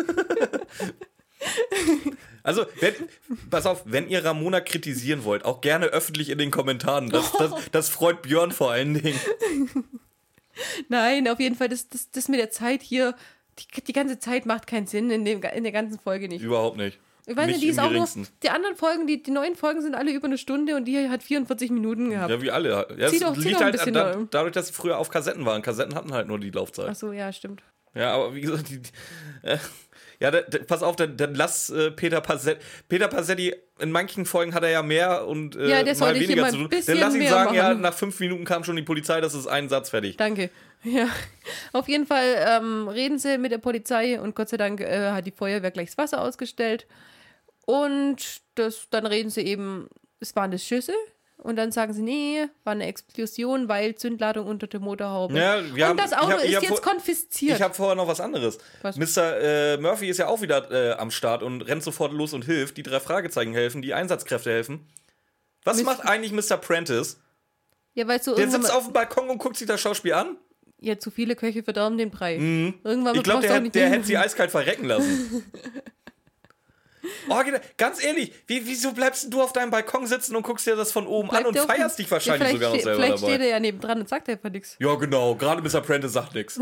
Also, pass auf, wenn ihr Ramona kritisieren wollt, auch gerne öffentlich in den Kommentaren. Das freut Björn vor allen Dingen. Nein, auf jeden Fall, das mit der Zeit hier, die ganze Zeit macht keinen Sinn in der ganzen Folge nicht. Überhaupt nicht. Ich weiß nicht, die ist auch nur, die anderen Folgen, die neuen Folgen sind alle über eine Stunde und die hier hat 44 Minuten gehabt. Ja, wie alle. Ja, es liegt halt dadurch, dass sie früher auf Kassetten waren. Kassetten hatten halt nur die Laufzeit. Ach so, ja, stimmt. Ja, aber wie gesagt, pass auf, dann lass Peter Passetti, in manchen Folgen hat er ja mehr und der mal weniger zu tun. Dann lass ihn sagen, ja, nach 5 Minuten kam schon die Polizei, das ist ein Satz fertig. Danke. Ja, auf jeden Fall reden sie mit der Polizei und Gott sei Dank hat die Feuerwehr gleich das Wasser ausgestellt. Und dann reden sie eben, es waren das Schüsse. Und dann sagen sie, nee, war eine Explosion, weil Zündladung unter der Motorhaube. Ja, und das Auto ist jetzt konfisziert. Ich habe vorher noch was anderes. Was? Mr. Murphy ist ja auch wieder am Start und rennt sofort los und hilft. Die 3 Fragezeichen helfen, die Einsatzkräfte helfen. Was macht eigentlich Mr. Prentice? Ja, weißt du, der sitzt auf dem Balkon und guckt sich das Schauspiel an? Ja, zu viele Köche verderben den Brei. Irgendwann ich glaube, der hätte sie eiskalt verrecken lassen. Oh, ganz ehrlich, wieso bleibst du auf deinem Balkon sitzen und guckst dir das von oben an und feierst dich wahrscheinlich sogar noch selber dabei? Vielleicht steht er ja nebendran und sagt einfach nichts. Ja, genau. Gerade Mr. Prentice sagt nichts.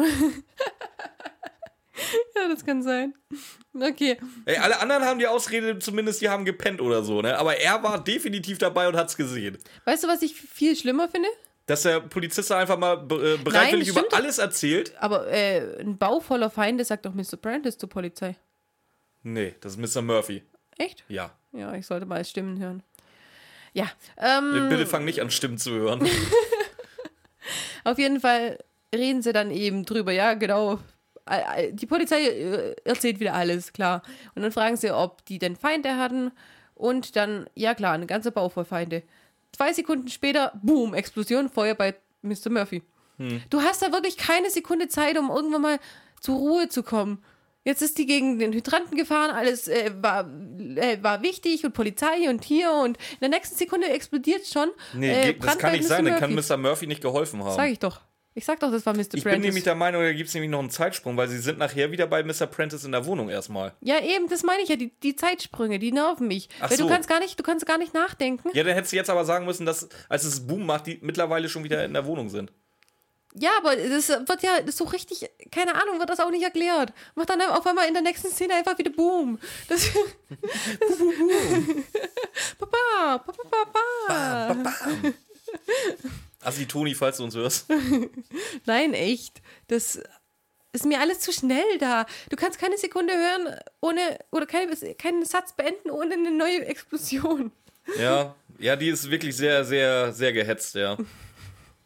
Ja, das kann sein. Okay. Ey, alle anderen haben die Ausrede, zumindest die haben gepennt oder so, ne? Aber er war definitiv dabei und hat's gesehen. Weißt du, was ich viel schlimmer finde? Dass der Polizist einfach mal bereitwillig über alles erzählt. Aber ein Bau voller Feinde sagt doch Mr. Prentice zur Polizei. Nee, das ist Mr. Murphy. Echt? Ja. Ja, ich sollte mal Stimmen hören. Ja. Bitte fang nicht an, Stimmen zu hören. Auf jeden Fall reden sie dann eben drüber. Ja, genau. Die Polizei erzählt wieder alles, klar. Und dann fragen sie, ob die denn Feinde hatten. Und dann, ja klar, eine ganze Bau voll Feinde. 2 Sekunden später, boom, Explosion, Feuer bei Mr. Murphy. Du hast da wirklich keine Sekunde Zeit, um irgendwann mal zur Ruhe zu kommen. Jetzt ist die gegen den Hydranten gefahren, alles war wichtig und Polizei und hier und in der nächsten Sekunde explodiert schon. Nee, das kann nicht sein, dann kann Mr. Murphy nicht geholfen haben. Sag ich doch. Ich sag doch, das war Mr. Prentice. Ich bin nämlich der Meinung, da gibt es nämlich noch einen Zeitsprung, weil sie sind nachher wieder bei Mr. Prentice in der Wohnung erstmal. Ja, eben, das meine ich ja, die Zeitsprünge, die nerven mich. Ach weil so. du kannst gar nicht nachdenken. Ja, dann hättest du jetzt aber sagen müssen, dass, als es Boom macht, die mittlerweile schon wieder in der Wohnung sind. Ja, aber das wird ja so richtig, keine Ahnung, wird das auch nicht erklärt. Macht dann auf einmal in der nächsten Szene einfach wieder Boom. Papa, Papa, Papa. Assi Toni, falls du uns hörst. Nein, echt. Das ist mir alles zu schnell da. Du kannst keine Sekunde hören oder keinen Satz beenden ohne eine neue Explosion. Ja, die ist wirklich sehr, sehr, sehr gehetzt, ja.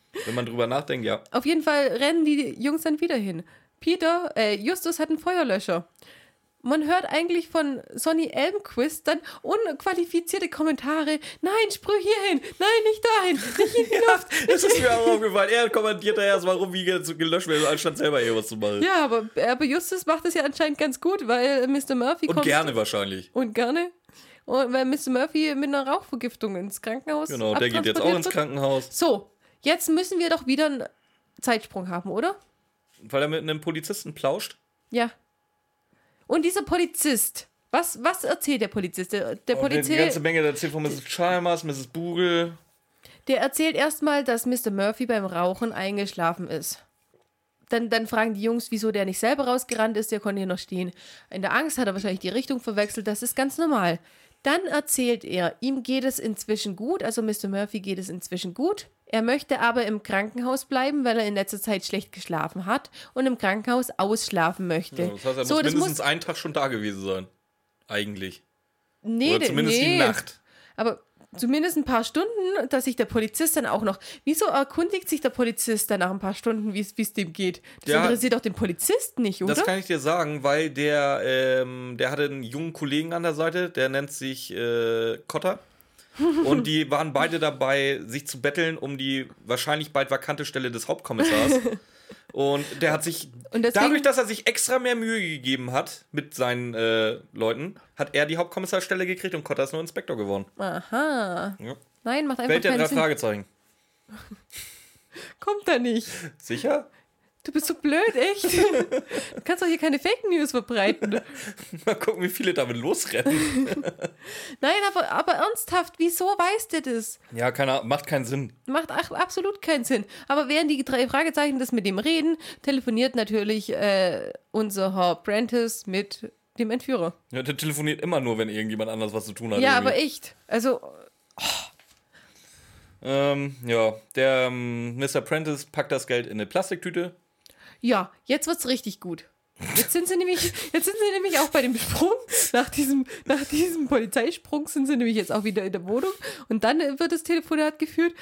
Wenn man drüber nachdenkt, ja. Auf jeden Fall rennen die Jungs dann wieder hin. Justus hat einen Feuerlöscher. Man hört eigentlich von Sonny Elmquist dann unqualifizierte Kommentare. Nein, sprüh hier hin. Nein, nicht dahin. Nicht in die Luft. Das ist mir auch aufgefallen. Er kommentiert da erst, warum wie gelöscht wird, anstatt selber irgendwas zu machen. Ja, aber Justus macht das ja anscheinend ganz gut, weil Mr. Murphy kommt. Und gerne wahrscheinlich. Und gerne. Und weil Mr. Murphy mit einer Rauchvergiftung ins Krankenhaus Genau, der geht jetzt auch ins Krankenhaus. So, jetzt müssen wir doch wieder einen Zeitsprung haben, oder? Weil er mit einem Polizisten plauscht? Ja. Und dieser Polizist, was erzählt der Polizist? Der Polizist, eine ganze Menge, der erzählt von Mrs. Chalmers, Mrs. Bugle. Der erzählt erstmal, dass Mr. Murphy beim Rauchen eingeschlafen ist. Dann fragen die Jungs, wieso der nicht selber rausgerannt ist, der konnte hier noch stehen. In der Angst hat er wahrscheinlich die Richtung verwechselt, das ist ganz normal. Dann erzählt er, ihm geht es inzwischen gut, also Mr. Murphy geht es inzwischen gut. Er möchte aber im Krankenhaus bleiben, weil er in letzter Zeit schlecht geschlafen hat und im Krankenhaus ausschlafen möchte. Ja, das heißt, er muss mindestens einen Tag schon da gewesen sein. Eigentlich. Nee, oder zumindest die Nacht. Aber zumindest ein paar Stunden, dass sich der Polizist dann auch noch... Wieso erkundigt sich der Polizist dann nach ein paar Stunden, wie es dem geht? Das interessiert doch den Polizisten nicht, oder? Das kann ich dir sagen, weil der hatte einen jungen Kollegen an der Seite, der nennt sich Cotter. Und die waren beide dabei, sich zu betteln um die wahrscheinlich bald vakante Stelle des Hauptkommissars. Und der hat sich, dadurch, dass er sich extra mehr Mühe gegeben hat mit seinen Leuten, hat er die Hauptkommissarstelle gekriegt und Cotter ist nur Inspektor geworden. Aha. Ja. Nein, macht einfach Welt der keinen drei Sinn. Fragezeichen. Kommt da nicht. Sicher? Du bist so blöd, echt. Du kannst doch hier keine Fake News verbreiten. Mal gucken, wie viele damit losrennen. Nein, aber ernsthaft, wieso weiß der das? Ja, macht keinen Sinn. Macht absolut keinen Sinn. Aber während die drei Fragezeichen das mit dem reden, telefoniert natürlich unser Herr Prentice mit dem Entführer. Ja, der telefoniert immer nur, wenn irgendjemand anders was zu tun hat. Ja, irgendwie. aber echt. Also... Ja, der Mr. Prentice packt das Geld in eine Plastiktüte. Ja, jetzt wird's richtig gut. Jetzt sind sie nämlich auch bei dem Sprung. Nach diesem Polizeisprung sind sie nämlich jetzt auch wieder in der Wohnung. Und dann wird das Telefonat geführt.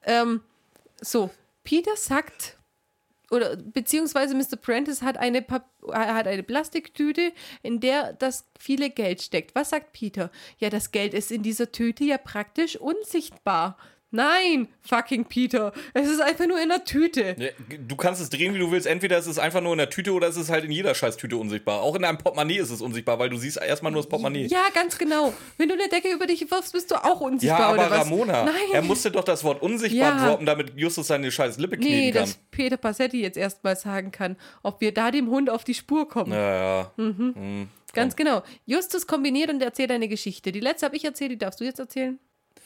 So, Peter sagt, oder beziehungsweise Mr. Prentice hat eine Plastiktüte, in der das viele Geld steckt. Was sagt Peter? Ja, das Geld ist in dieser Tüte ja praktisch unsichtbar. Nein, fucking Peter. Es ist einfach nur in der Tüte. Ja, du kannst es drehen, wie du willst. Entweder ist es einfach nur in der Tüte oder ist es halt in jeder Scheißtüte unsichtbar. Auch in einem Portemonnaie ist es unsichtbar, weil du siehst erstmal nur das Portemonnaie. Ja, ganz genau. Wenn du eine Decke über dich wirfst, bist du auch unsichtbar, ja, aber oder was? Ramona, Nein. er musste doch das Wort unsichtbar droppen, damit Justus seine scheiß Lippe kneten kann. Dass Peter Passetti jetzt erstmal sagen kann, ob wir da dem Hund auf die Spur kommen. Ja. Ganz genau. Justus kombiniert und erzählt eine Geschichte. Die letzte habe ich erzählt, die darfst du jetzt erzählen.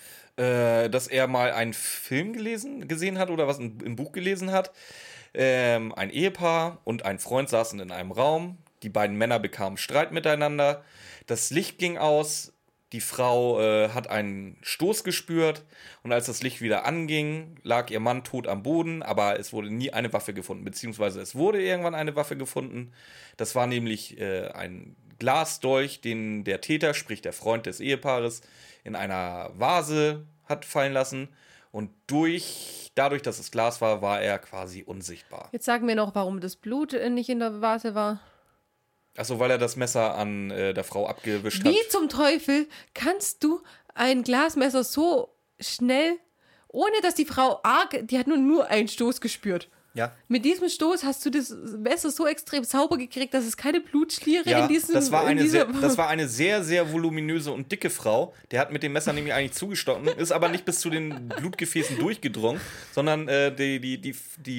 Dass er mal einen Film gesehen hat oder was im Buch gelesen hat. Ein Ehepaar und ein Freund saßen in einem Raum. Die beiden Männer bekamen Streit miteinander. Das Licht ging aus. Die Frau hat einen Stoß gespürt. Und als das Licht wieder anging, lag ihr Mann tot am Boden. Aber es wurde nie eine Waffe gefunden. Beziehungsweise es wurde irgendwann eine Waffe gefunden. Das war nämlich ein Glasdolch, den der Täter, sprich der Freund des Ehepaares, in einer Vase hat fallen lassen und dadurch, dass es Glas war, war er quasi unsichtbar. Jetzt sagen wir noch, warum das Blut nicht in der Vase war. Achso, weil er das Messer an der Frau abgewischt hat. Wie zum Teufel kannst du ein Glasmesser so schnell, ohne dass die Frau die hat nur einen Stoß gespürt. Ja. Mit diesem Stoß hast du das Messer so extrem sauber gekriegt, dass es keine Blutschliere in diesem... das war eine sehr, sehr voluminöse und dicke Frau. Der hat mit dem Messer nämlich eigentlich zugestochen, ist aber nicht bis zu den Blutgefäßen durchgedrungen, sondern die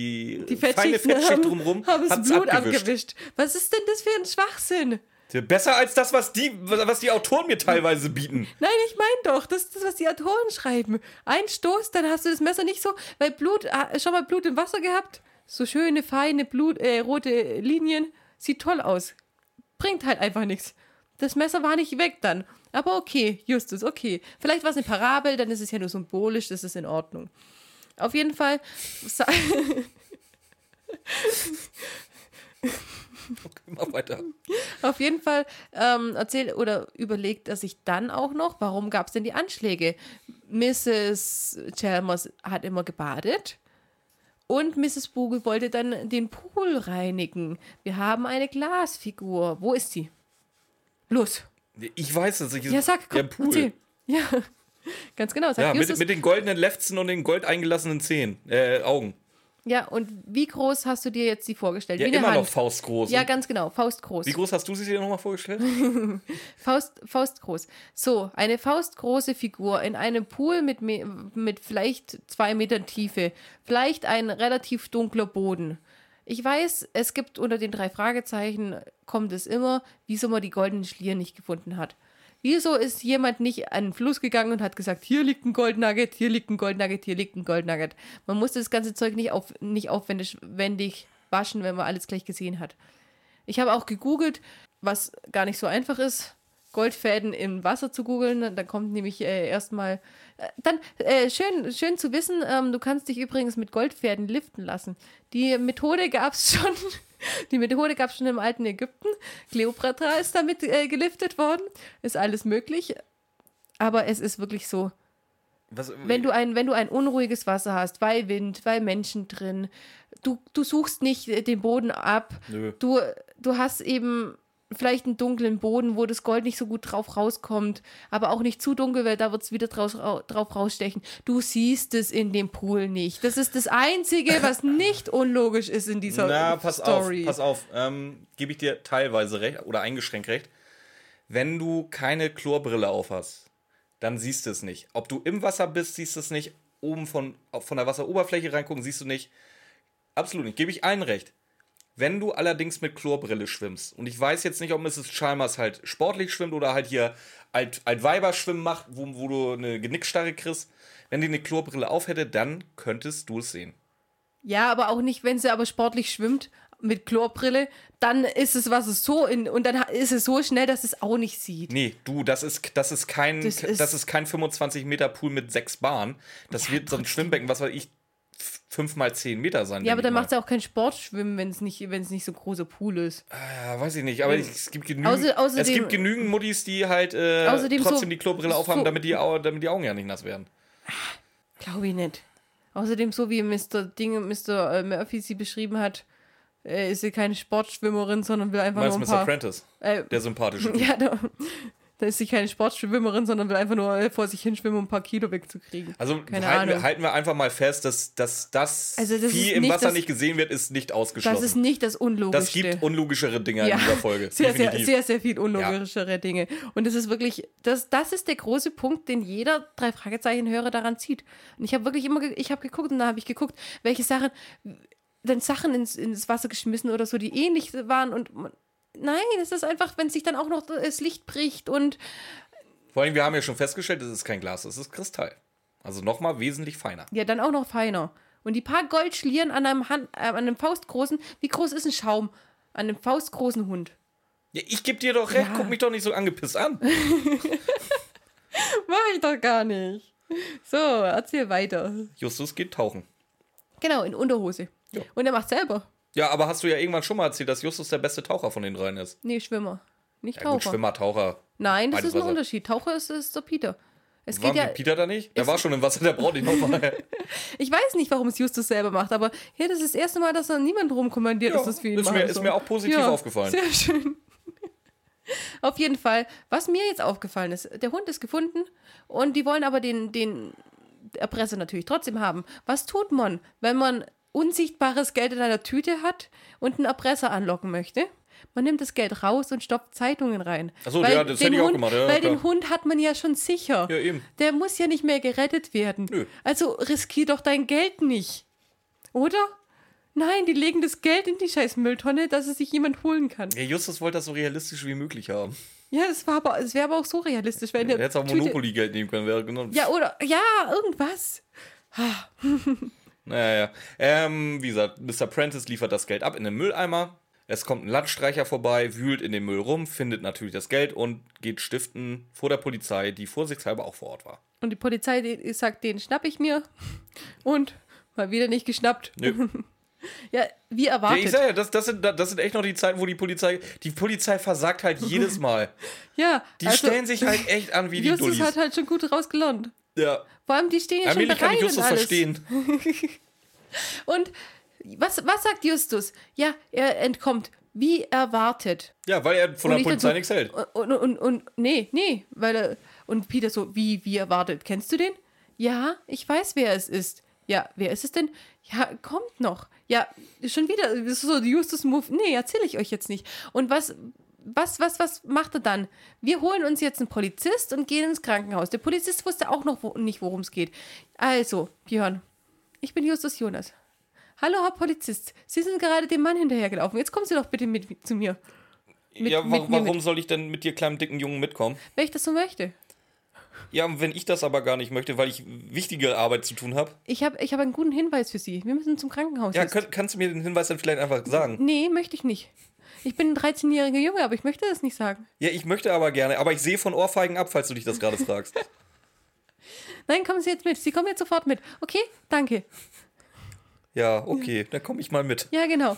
feine Fettschicht drumherum haben das Blut abgewischt. Was ist denn das für ein Schwachsinn? Besser als das, was die Autoren mir teilweise bieten. Nein, ich meine doch, das ist das, was die Autoren schreiben. Ein Stoß, dann hast du das Messer nicht so, weil schon mal Blut im Wasser gehabt, so schöne, feine, rote Linien, sieht toll aus. Bringt halt einfach nichts. Das Messer war nicht weg dann. Aber okay, Justus, okay. Vielleicht war es eine Parabel, dann ist es ja nur symbolisch, das ist in Ordnung. Auf jeden Fall... Okay, mach weiter. Auf jeden Fall erzählt oder überlegt er sich dann auch noch, warum gab es denn die Anschläge? Mrs. Chalmers hat immer gebadet. Und Mrs. Bogle wollte dann den Pool reinigen. Wir haben eine Glasfigur. Wo ist sie? Los. Ich weiß es. Ja, sag, komm, Pool. Erzähl. Ja, ganz genau. Sag, ja, mit den goldenen Lefzen und den gold eingelassenen Augen. Ja, und wie groß hast du dir jetzt die vorgestellt? Ja, wie immer noch faustgroß. Ja, ganz genau, faustgroß. Wie groß hast du sie dir nochmal vorgestellt? Faustgroß. So, eine faustgroße Figur in einem Pool mit vielleicht 2 Metern Tiefe. Vielleicht ein relativ dunkler Boden. Ich weiß, es gibt unter den 3 Fragezeichen, kommt es immer, wieso man die goldenen Schlieren nicht gefunden hat. Wieso ist jemand nicht an den Fluss gegangen und hat gesagt, hier liegt ein Goldnugget, hier liegt ein Goldnugget, hier liegt ein Goldnugget. Man musste das ganze Zeug nicht aufwendig waschen, wenn man alles gleich gesehen hat. Ich habe auch gegoogelt, was gar nicht so einfach ist, Goldfäden im Wasser zu googeln. Da kommt nämlich erstmal... schön zu wissen, du kannst dich übrigens mit Goldfäden liften lassen. Die Methode gab es schon im alten Ägypten. Kleopatra ist damit geliftet worden. Ist alles möglich. Aber es ist wirklich so. Wenn du ein unruhiges Wasser hast, weil Wind, weil Menschen drin, du suchst nicht den Boden ab. Nö. Du hast eben vielleicht einen dunklen Boden, wo das Gold nicht so gut drauf rauskommt, aber auch nicht zu dunkel, weil da wird es wieder drauf rausstechen. Du siehst es in dem Pool nicht. Das ist das Einzige, was nicht unlogisch ist in dieser Story. Pass auf. Gebe ich dir teilweise recht oder eingeschränkt recht. Wenn du keine Chlorbrille aufhast, dann siehst du es nicht. Ob du im Wasser bist, siehst du es nicht. Oben von der Wasseroberfläche reingucken, siehst du nicht. Absolut nicht. Gebe ich allen recht. Wenn du allerdings mit Chlorbrille schwimmst, und ich weiß jetzt nicht, ob Mrs. Chalmers halt sportlich schwimmt oder halt hier Altweiberschwimmen macht, wo du eine Genickstarre kriegst, wenn die eine Chlorbrille aufhätte, dann könntest du es sehen. Ja, aber auch nicht, wenn sie aber sportlich schwimmt mit Chlorbrille, dann ist es und dann ist es so schnell, dass es auch nicht sieht. Nee, das ist kein 25 Meter Pool mit 6 Bahnen. Das wird so ein Schwimmbecken, was weiß ich, 5 mal 10 Meter sein. Ja, aber dann macht es ja auch kein Sportschwimmen, wenn es nicht so ein großer Pool ist. Weiß ich nicht, aber es gibt genügend Muttis, die halt trotzdem die Klobrille aufhaben, damit die Augen ja nicht nass werden. Glaube ich nicht. Außerdem, so wie Mr. Murphy sie beschrieben hat, ist sie keine Sportschwimmerin, sondern will einfach nur ein paar... Mr. Prentice, der sympathische. Ja, da ist sie keine Sportschwimmerin, sondern will einfach nur vor sich hinschwimmen, um ein paar Kilo wegzukriegen. Also halten wir einfach mal fest, dass das Vieh im Wasser nicht gesehen wird, ist nicht ausgeschlossen. Das ist nicht das Unlogischste. Das gibt unlogischere Dinge in dieser Folge. Sehr, sehr viel unlogischere Dinge. Und das ist wirklich, das ist der große Punkt, den jeder 3-Fragezeichen-Hörer daran zieht. Und ich habe wirklich geguckt und da habe ich geguckt, welche Sachen ins Wasser geschmissen oder so, die ähnlich waren und nein, es ist einfach, wenn sich dann auch noch das Licht bricht und... Vor allem, wir haben ja schon festgestellt, es ist kein Glas, es ist Kristall. Also nochmal wesentlich feiner. Ja, dann auch noch feiner. Und die paar Goldschlieren an einem faustgroßen... Wie groß ist ein Schaum an einem faustgroßen Hund? Ja, ich geb dir doch recht, guck mich doch nicht so angepisst an. Mach ich doch gar nicht. So, erzähl weiter. Justus geht tauchen. Genau, in Unterhose. Ja. Und er macht selber. Ja, aber hast du ja irgendwann schon mal erzählt, dass Justus der beste Taucher von den dreien ist? Nee, Schwimmer. Nicht Taucher. Gut, Schwimmer, Taucher. Nein, das ist ein Unterschied. Taucher ist der Peter. Peter da nicht? Der war schon im Wasser, der braucht ihn nochmal. Ich weiß nicht, warum es Justus selber macht, aber hier, das ist das erste Mal, dass da niemand rumkommandiert, dass das für ihn macht. Ist mir auch positiv aufgefallen. Sehr schön. Auf jeden Fall, was mir jetzt aufgefallen ist, der Hund ist gefunden und die wollen aber den Erpresser natürlich trotzdem haben. Was tut man, wenn man unsichtbares Geld in einer Tüte hat und einen Erpresser anlocken möchte? Man nimmt das Geld raus und stopft Zeitungen rein. Achso, ja, das hätte ich auch gemacht. Ja, weil den Hund hat man ja schon sicher. Ja, eben. Der muss ja nicht mehr gerettet werden. Nö. Also riskier doch dein Geld nicht. Oder? Nein, die legen das Geld in die scheiß Mülltonne, dass es sich jemand holen kann. Ja, Justus wollte das so realistisch wie möglich haben. Ja, es wäre aber auch so realistisch, wenn der hätte auch Monopoly-Geld nehmen können. Wäre genau. Ja, oder, ja, irgendwas. Naja, wie gesagt, Mr. Prentice liefert das Geld ab in den Mülleimer. Es kommt ein Landstreicher vorbei, wühlt in den Müll rum, findet natürlich das Geld und geht stiften vor der Polizei, die vorsichtshalber auch vor Ort war. Und die Polizei sagt, den schnapp ich mir. Und mal wieder nicht geschnappt. Nö. Ja, wie erwartet. Ja, ich sag ja, das sind echt noch die Zeiten, wo die Polizei versagt halt jedes Mal. Ja. Die stellen sich halt echt an wie die Dullis. Justus hat halt schon gut rausgelernt. Ja. Vor allem, die stehen ja schon bereit kann ich Justus verstehen. Und was sagt Justus? Ja, er entkommt. Wie erwartet. Ja, weil er von der Polizei nichts hält. Nee, weil er... Und Peter so, wie erwartet? Kennst du den? Ja, ich weiß, wer es ist. Ja, wer ist es denn? Ja, kommt noch. Ja, schon wieder, das ist so Justus-Move. Nee, erzähle ich euch jetzt nicht. Und was macht er dann? Wir holen uns jetzt einen Polizist und gehen ins Krankenhaus. Der Polizist wusste auch noch nicht, worum es geht. Also, Björn, ich bin Justus Jonas. Hallo, Herr Polizist. Sie sind gerade dem Mann hinterhergelaufen. Jetzt kommen Sie doch bitte mit zu mir. Warum soll ich denn mit dir kleinem, dicken Jungen mitkommen? Wenn ich das so möchte. Ja, wenn ich das aber gar nicht möchte, weil ich wichtige Arbeit zu tun habe. Ich hab einen guten Hinweis für Sie. Wir müssen zum Krankenhaus. Ja, kannst du mir den Hinweis dann vielleicht einfach sagen? Nee, möchte ich nicht. Ich bin ein 13-jähriger Junge, aber ich möchte das nicht sagen. Ja, ich möchte aber gerne. Aber ich sehe von Ohrfeigen ab, falls du dich das gerade fragst. Nein, kommen Sie jetzt mit. Sie kommen jetzt sofort mit. Okay? Danke. Ja, okay, dann komme ich mal mit. Ja, genau.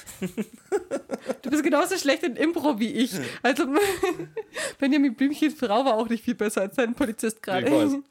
Du bist genauso schlecht in Impro wie ich. Also, Benjamin Blümchens Frau war auch nicht viel besser als sein Polizist gerade. Ich weiß.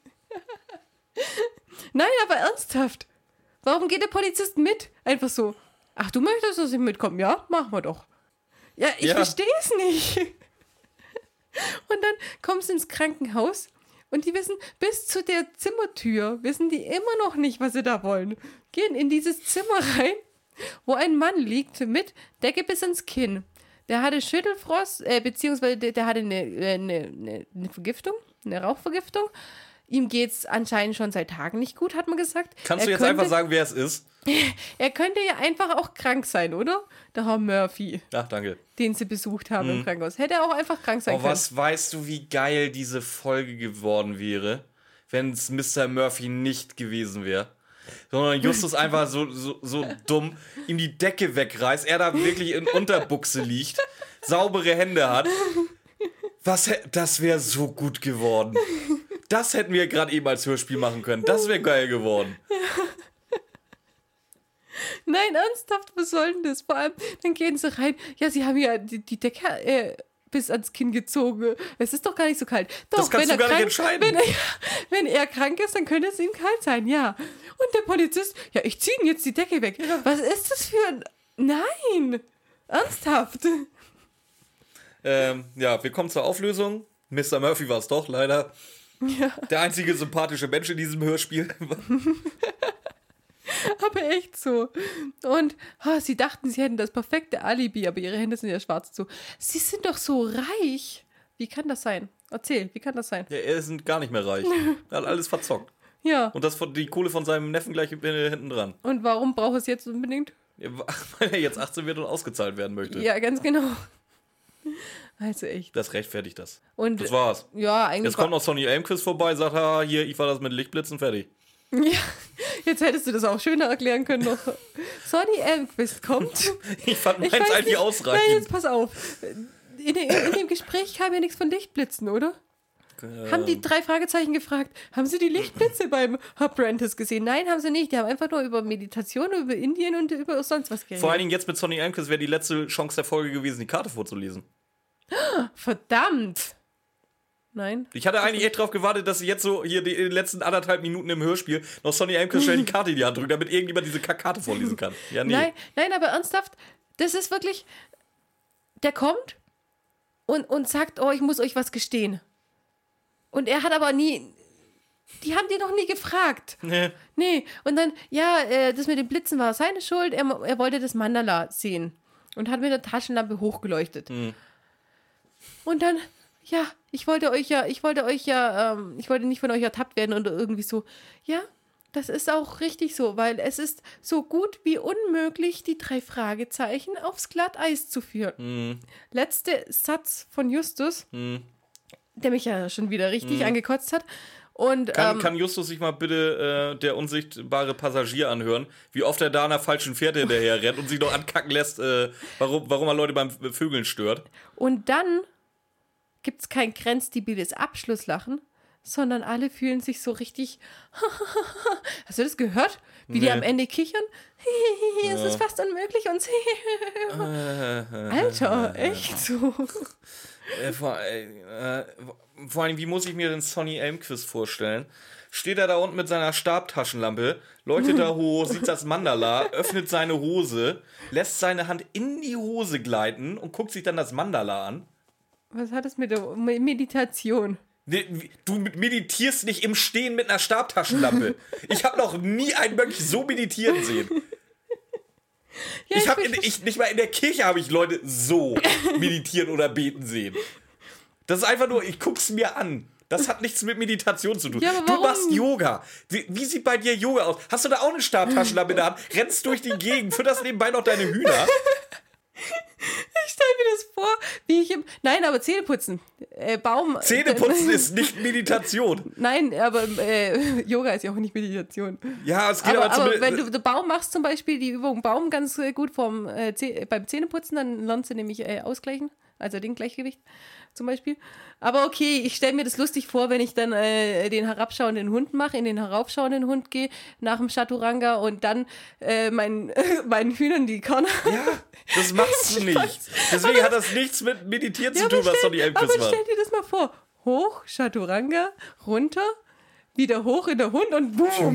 Nein, aber ernsthaft. Warum geht der Polizist mit? Einfach so. Ach, du möchtest, dass ich mitkomme? Ja, machen wir doch. Ja, ich verstehe es nicht. Und dann kommst du ins Krankenhaus und die wissen, bis zu der Zimmertür, wissen die immer noch nicht, was sie da wollen. Gehen in dieses Zimmer rein, wo ein Mann liegt mit Decke bis ins Kinn. Der hatte Schüttelfrost, beziehungsweise der hatte eine Vergiftung, eine Rauchvergiftung. Ihm geht's anscheinend schon seit Tagen nicht gut, hat man gesagt. Kannst du jetzt einfach sagen, wer es ist? Er könnte ja einfach auch krank sein, oder? Der Herr Murphy. Ach, danke. Den sie besucht haben im Krankenhaus. Hätte er auch einfach krank sein können. Was weißt du, wie geil diese Folge geworden wäre, wenn es Mr. Murphy nicht gewesen wäre? Sondern Justus einfach so dumm ihm die Decke wegreißt, er da wirklich in Unterbuchse liegt, saubere Hände hat. Das wäre so gut geworden. Das hätten wir gerade eben als Hörspiel machen können. Das wäre geil geworden. Nein, ernsthaft, was soll denn das? Vor allem, dann gehen sie rein. Ja, sie haben ja die Decke bis ans Kinn gezogen. Es ist doch gar nicht so kalt. Doch, das kannst du gar nicht entscheiden. Wenn er krank ist, dann könnte es ihm kalt sein, ja. Und der Polizist, ja, ich ziehe ihm jetzt die Decke weg. Ja. Was ist das für ein... Nein! Ernsthaft! Ja, wir kommen zur Auflösung. Mr. Murphy war es doch, leider. Ja. Der einzige sympathische Mensch in diesem Hörspiel. Aber echt so. Und sie dachten, sie hätten das perfekte Alibi, aber ihre Hände sind ja schwarz zu. Sie sind doch so reich. Wie kann das sein? Erzähl, wie kann das sein? Ja, er ist gar nicht mehr reich. Er hat alles verzockt. Ja. Und die Kohle von seinem Neffen gleich hinten dran. Und warum braucht es jetzt unbedingt? Ja, weil er jetzt 18 wird und ausgezahlt werden möchte. Ja, ganz genau. Also echt. Das rechtfertigt das. Und das war's. Ja, eigentlich. Jetzt kommt noch Sonny Elmquist vorbei, sagt, hier, ich war das mit Lichtblitzen, fertig. Ja, jetzt hättest du das auch schöner erklären können noch. Sonny Elmquist kommt. Ich fand meins eigentlich ausreichend. Nein, jetzt pass auf. In dem Gespräch kam ja nichts von Lichtblitzen, oder? Haben die 3 Fragezeichen gefragt, haben sie die Lichtblitze beim Herr Prentice gesehen? Nein, haben sie nicht. Die haben einfach nur über Meditation, über Indien und über sonst was geredet. Vor allen Dingen jetzt mit Sonny Elmquist wäre die letzte Chance der Folge gewesen, die Karte vorzulesen. Verdammt! Nein. Ich hatte eigentlich echt drauf gewartet, dass sie jetzt so hier die letzten 1,5 Minuten im Hörspiel noch Sonny Elmquist schnell die Karte in die Hand drückt, damit irgendjemand diese Karte vorlesen kann. Ja, nee. Nein, aber ernsthaft, das ist wirklich, der kommt und sagt, ich muss euch was gestehen. Und er hat aber nie, die haben die noch nie gefragt. Nee. Und dann, das mit den Blitzen war seine Schuld, er wollte das Mandala sehen und hat mit der Taschenlampe hochgeleuchtet. Und dann, ich wollte nicht von euch ertappt werden oder irgendwie so. Ja, das ist auch richtig so, weil es ist so gut wie unmöglich, die 3 Fragezeichen aufs Glatteis zu führen. Letzter Satz von Justus, der mich ja schon wieder richtig angekotzt hat. Und, kann Justus sich mal bitte der unsichtbare Passagier anhören, wie oft er da an einer falschen Fährte hinterher rennt und sich noch ankacken lässt, warum er Leute beim Vögeln stört. Und dann gibt es kein grenzdebiles Abschlusslachen, sondern alle fühlen sich so richtig. Hast du das gehört? Wie die am Ende kichern? Es ist fast unmöglich und Alter, echt so. Vor allem, wie muss ich mir den Sonny Elmquist vorstellen? Steht er da unten mit seiner Stabtaschenlampe, leuchtet da hoch, sieht das Mandala, öffnet seine Hose, lässt seine Hand in die Hose gleiten und guckt sich dann das Mandala an. Was hat das mit der Meditation? Du meditierst nicht im Stehen mit einer Stabtaschenlampe. Ich habe noch nie einen Mönch so meditieren sehen. Ja, nicht mal in der Kirche habe ich Leute so meditieren oder beten sehen. Das ist einfach nur, ich guck's mir an. Das hat nichts mit Meditation zu tun. Ja, du machst Yoga. Wie sieht bei dir Yoga aus? Hast du da auch eine Stabtaschenlampe in der Hand? Rennst durch die Gegend, fütterst nebenbei noch deine Hühner? Ich stelle mir das vor, wie ich Nein, aber Zähneputzen. Zähneputzen ist nicht Meditation. Nein, aber Yoga ist ja auch nicht Meditation. Ja, es geht aber wenn du Baum machst zum Beispiel, die Übung Baum ganz gut beim Zähneputzen, dann lernst du nämlich ausgleichen, also den Gleichgewicht zum Beispiel. Aber okay, ich stelle mir das lustig vor, wenn ich dann den herabschauenden Hund mache, in den heraufschauenden Hund gehe, nach dem Chaturanga und dann meinen Hühnern die Körner. Ja, das machst du nicht. Deswegen hat das nichts mit Meditieren zu tun, was Sonny Elmquist macht. Aber stell dir das mal vor. Hoch, Chaturanga, runter, wieder hoch in der Hund und boom.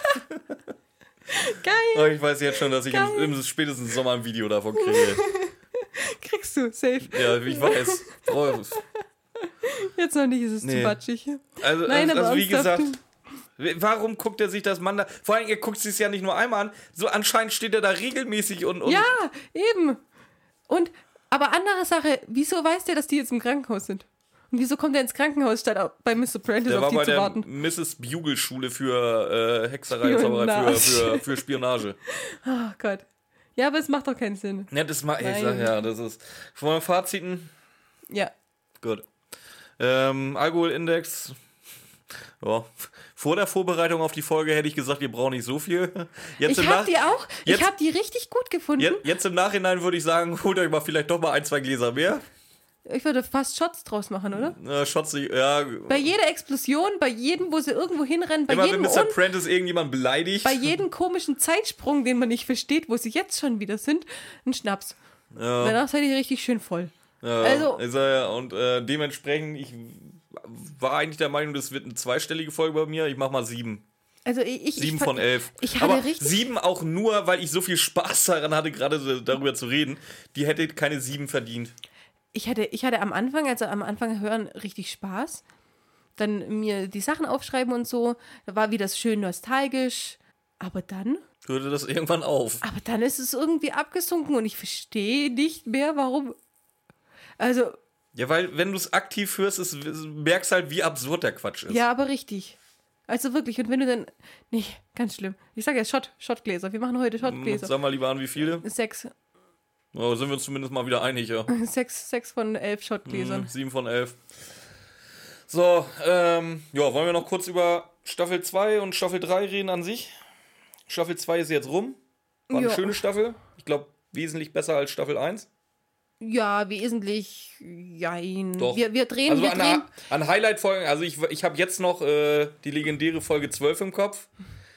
Geil. Oh, ich weiß jetzt schon, dass ich im spätestens Sommer ein Video davon kriege. Kriegst du, safe. Ja, ich weiß. Jetzt noch nicht, ist es zu batschig. Also wie gesagt, warum guckt er sich das Mandala? Vor allem, er guckt sich es ja nicht nur einmal an. So anscheinend steht er da regelmäßig und ja, eben. Aber andere Sache, wieso weiß der, dass die jetzt im Krankenhaus sind? Und wieso kommt er ins Krankenhaus, statt bei Mr. Prentice auf die zu warten? Der war bei der Mrs. Bugle-Schule für Hexerei und Zauberei, für Spionage. Oh Gott. Ja, aber es macht doch keinen Sinn. Ja, das ist. Wollen wir Faziten? Ja. Gut. Alkoholindex. Ja. Vor der Vorbereitung auf die Folge hätte ich gesagt, ihr braucht nicht so viel. Ich habe die richtig gut gefunden. Jetzt im Nachhinein würde ich sagen, holt euch mal vielleicht doch mal 1, 2 Gläser mehr. Ich würde fast Shots draus machen, oder? Shots, ja. Bei jeder Explosion, bei jedem, wo sie irgendwo hinrennen, bei immer jedem wenn Mr. Prentice irgendjemand beleidigt. Bei jedem komischen Zeitsprung, den man nicht versteht, wo sie jetzt schon wieder sind, ein Schnaps. Ja. Danach seid ihr richtig schön voll. Ja, und dementsprechend, ich war eigentlich der Meinung, das wird eine zweistellige Folge bei mir. Ich mach mal 7. Also 7 von 11. Aber 7 auch nur, weil ich so viel Spaß daran hatte, gerade darüber zu reden. Die hätte keine 7 verdient. Ich hatte am Anfang hören richtig Spaß. Dann mir die Sachen aufschreiben und so. Da war wieder schön nostalgisch. Aber dann hörte das irgendwann auf. Aber dann ist es irgendwie abgesunken und ich verstehe nicht mehr, warum. Also. Ja, weil wenn du es aktiv hörst, merkst halt, wie absurd der Quatsch ist. Ja, aber richtig. Also wirklich. Und wenn du dann. Nee, ganz schlimm. Ich sage ja Schottgläser. Wir machen heute Schottgläser. Sag mal lieber an, wie viele? 6. Oh, sind wir uns zumindest mal wieder einig, ja. 6 von 11 Schottgläsern. 7 von 11. So, wollen wir noch kurz über Staffel 2 und Staffel 3 reden an sich? Staffel 2 ist jetzt rum. War eine schöne Staffel. Ich glaube, wesentlich besser als Staffel 1. Ja, wesentlich. Jein. Doch. Wir drehen. Also an Highlight-Folgen, also ich habe jetzt noch die legendäre Folge 12 im Kopf.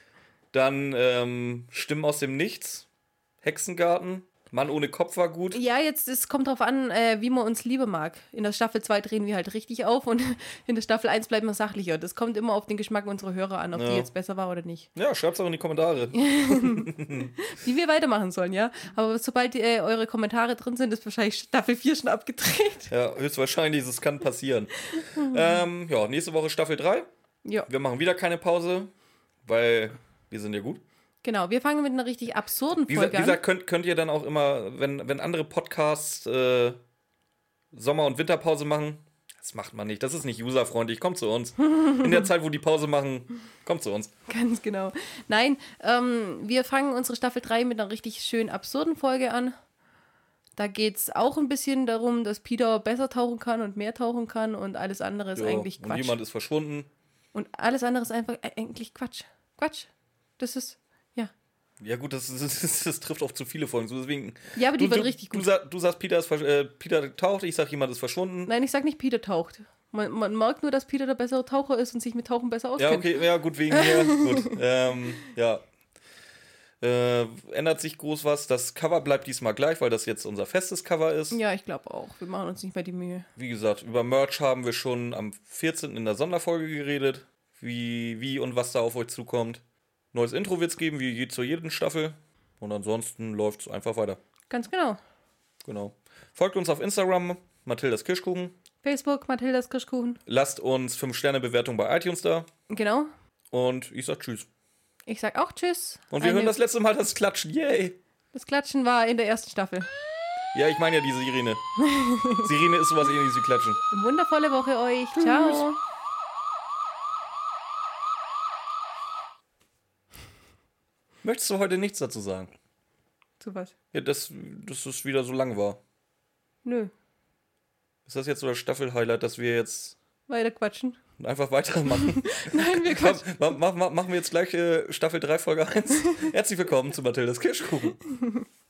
Dann Stimmen aus dem Nichts. Hexengarten. Mann ohne Kopf war gut. Ja, es kommt drauf an, wie man uns lieber mag. In der Staffel 2 drehen wir halt richtig auf und in der Staffel 1 bleiben wir sachlicher. Das kommt immer auf den Geschmack unserer Hörer an, ob die jetzt besser war oder nicht. Ja, schreibt's auch in die Kommentare. Wie wir weitermachen sollen, ja. Aber sobald eure Kommentare drin sind, ist wahrscheinlich Staffel 4 schon abgedreht. Ja, höchstwahrscheinlich, das kann passieren. Nächste Woche Staffel 3. Ja. Wir machen wieder keine Pause, weil wir sind ja gut. Genau, wir fangen mit einer richtig absurden Folge an. Wie gesagt, könnt ihr dann auch immer, wenn andere Podcasts Sommer- und Winterpause machen, das macht man nicht, das ist nicht userfreundlich, kommt zu uns. In der Zeit, wo die Pause machen, kommt zu uns. Ganz genau. Nein, wir fangen unsere Staffel 3 mit einer richtig schön absurden Folge an. Da geht es auch ein bisschen darum, dass Peter besser tauchen kann und mehr tauchen kann und alles andere ist eigentlich Quatsch. Und jemand ist verschwunden. Und alles andere ist einfach eigentlich Quatsch. Quatsch. Das ist... Ja gut, das trifft auf zu viele Folgen. Deswegen, ja, aber die wird richtig gut. Du sagst, Peter taucht, ich sag, jemand ist verschwunden. Nein, ich sag nicht, Peter taucht. Man merkt nur, dass Peter der bessere Taucher ist und sich mit Tauchen besser auskennt. Ja, okay, ja, gut, wegen mir. Gut. Ja. Ändert sich groß was. Das Cover bleibt diesmal gleich, weil das jetzt unser festes Cover ist. Ja, ich glaube auch. Wir machen uns nicht mehr die Mühe. Wie gesagt, über Merch haben wir schon am 14. in der Sonderfolge geredet. Wie und was da auf euch zukommt. Neues Intro wird es geben, wie zu jeder Staffel. Und ansonsten läuft es einfach weiter. Ganz genau. Genau. Folgt uns auf Instagram, Mathildas Kirschkuchen. Facebook, Mathildas Kirschkuchen. Lasst uns 5-Sterne-Bewertung bei iTunes da. Genau. Und ich sag Tschüss. Ich sag auch Tschüss. Und wir hören das letzte Mal das Klatschen. Yay! Das Klatschen war in der ersten Staffel. Ja, ich meine ja die Sirene. Sirene ist sowas ähnliches wie Klatschen. Eine wundervolle Woche euch. Ciao. Möchtest du heute nichts dazu sagen? Zu was? Ja, dass es wieder so lang war. Nö. Ist das jetzt so das Staffel-Highlight, dass wir jetzt weiter quatschen? Einfach weitermachen? Nein, wir quatschen. Machen wir jetzt gleich Staffel 3, Folge 1. Herzlich willkommen zu Mathildas Kirschkuchen.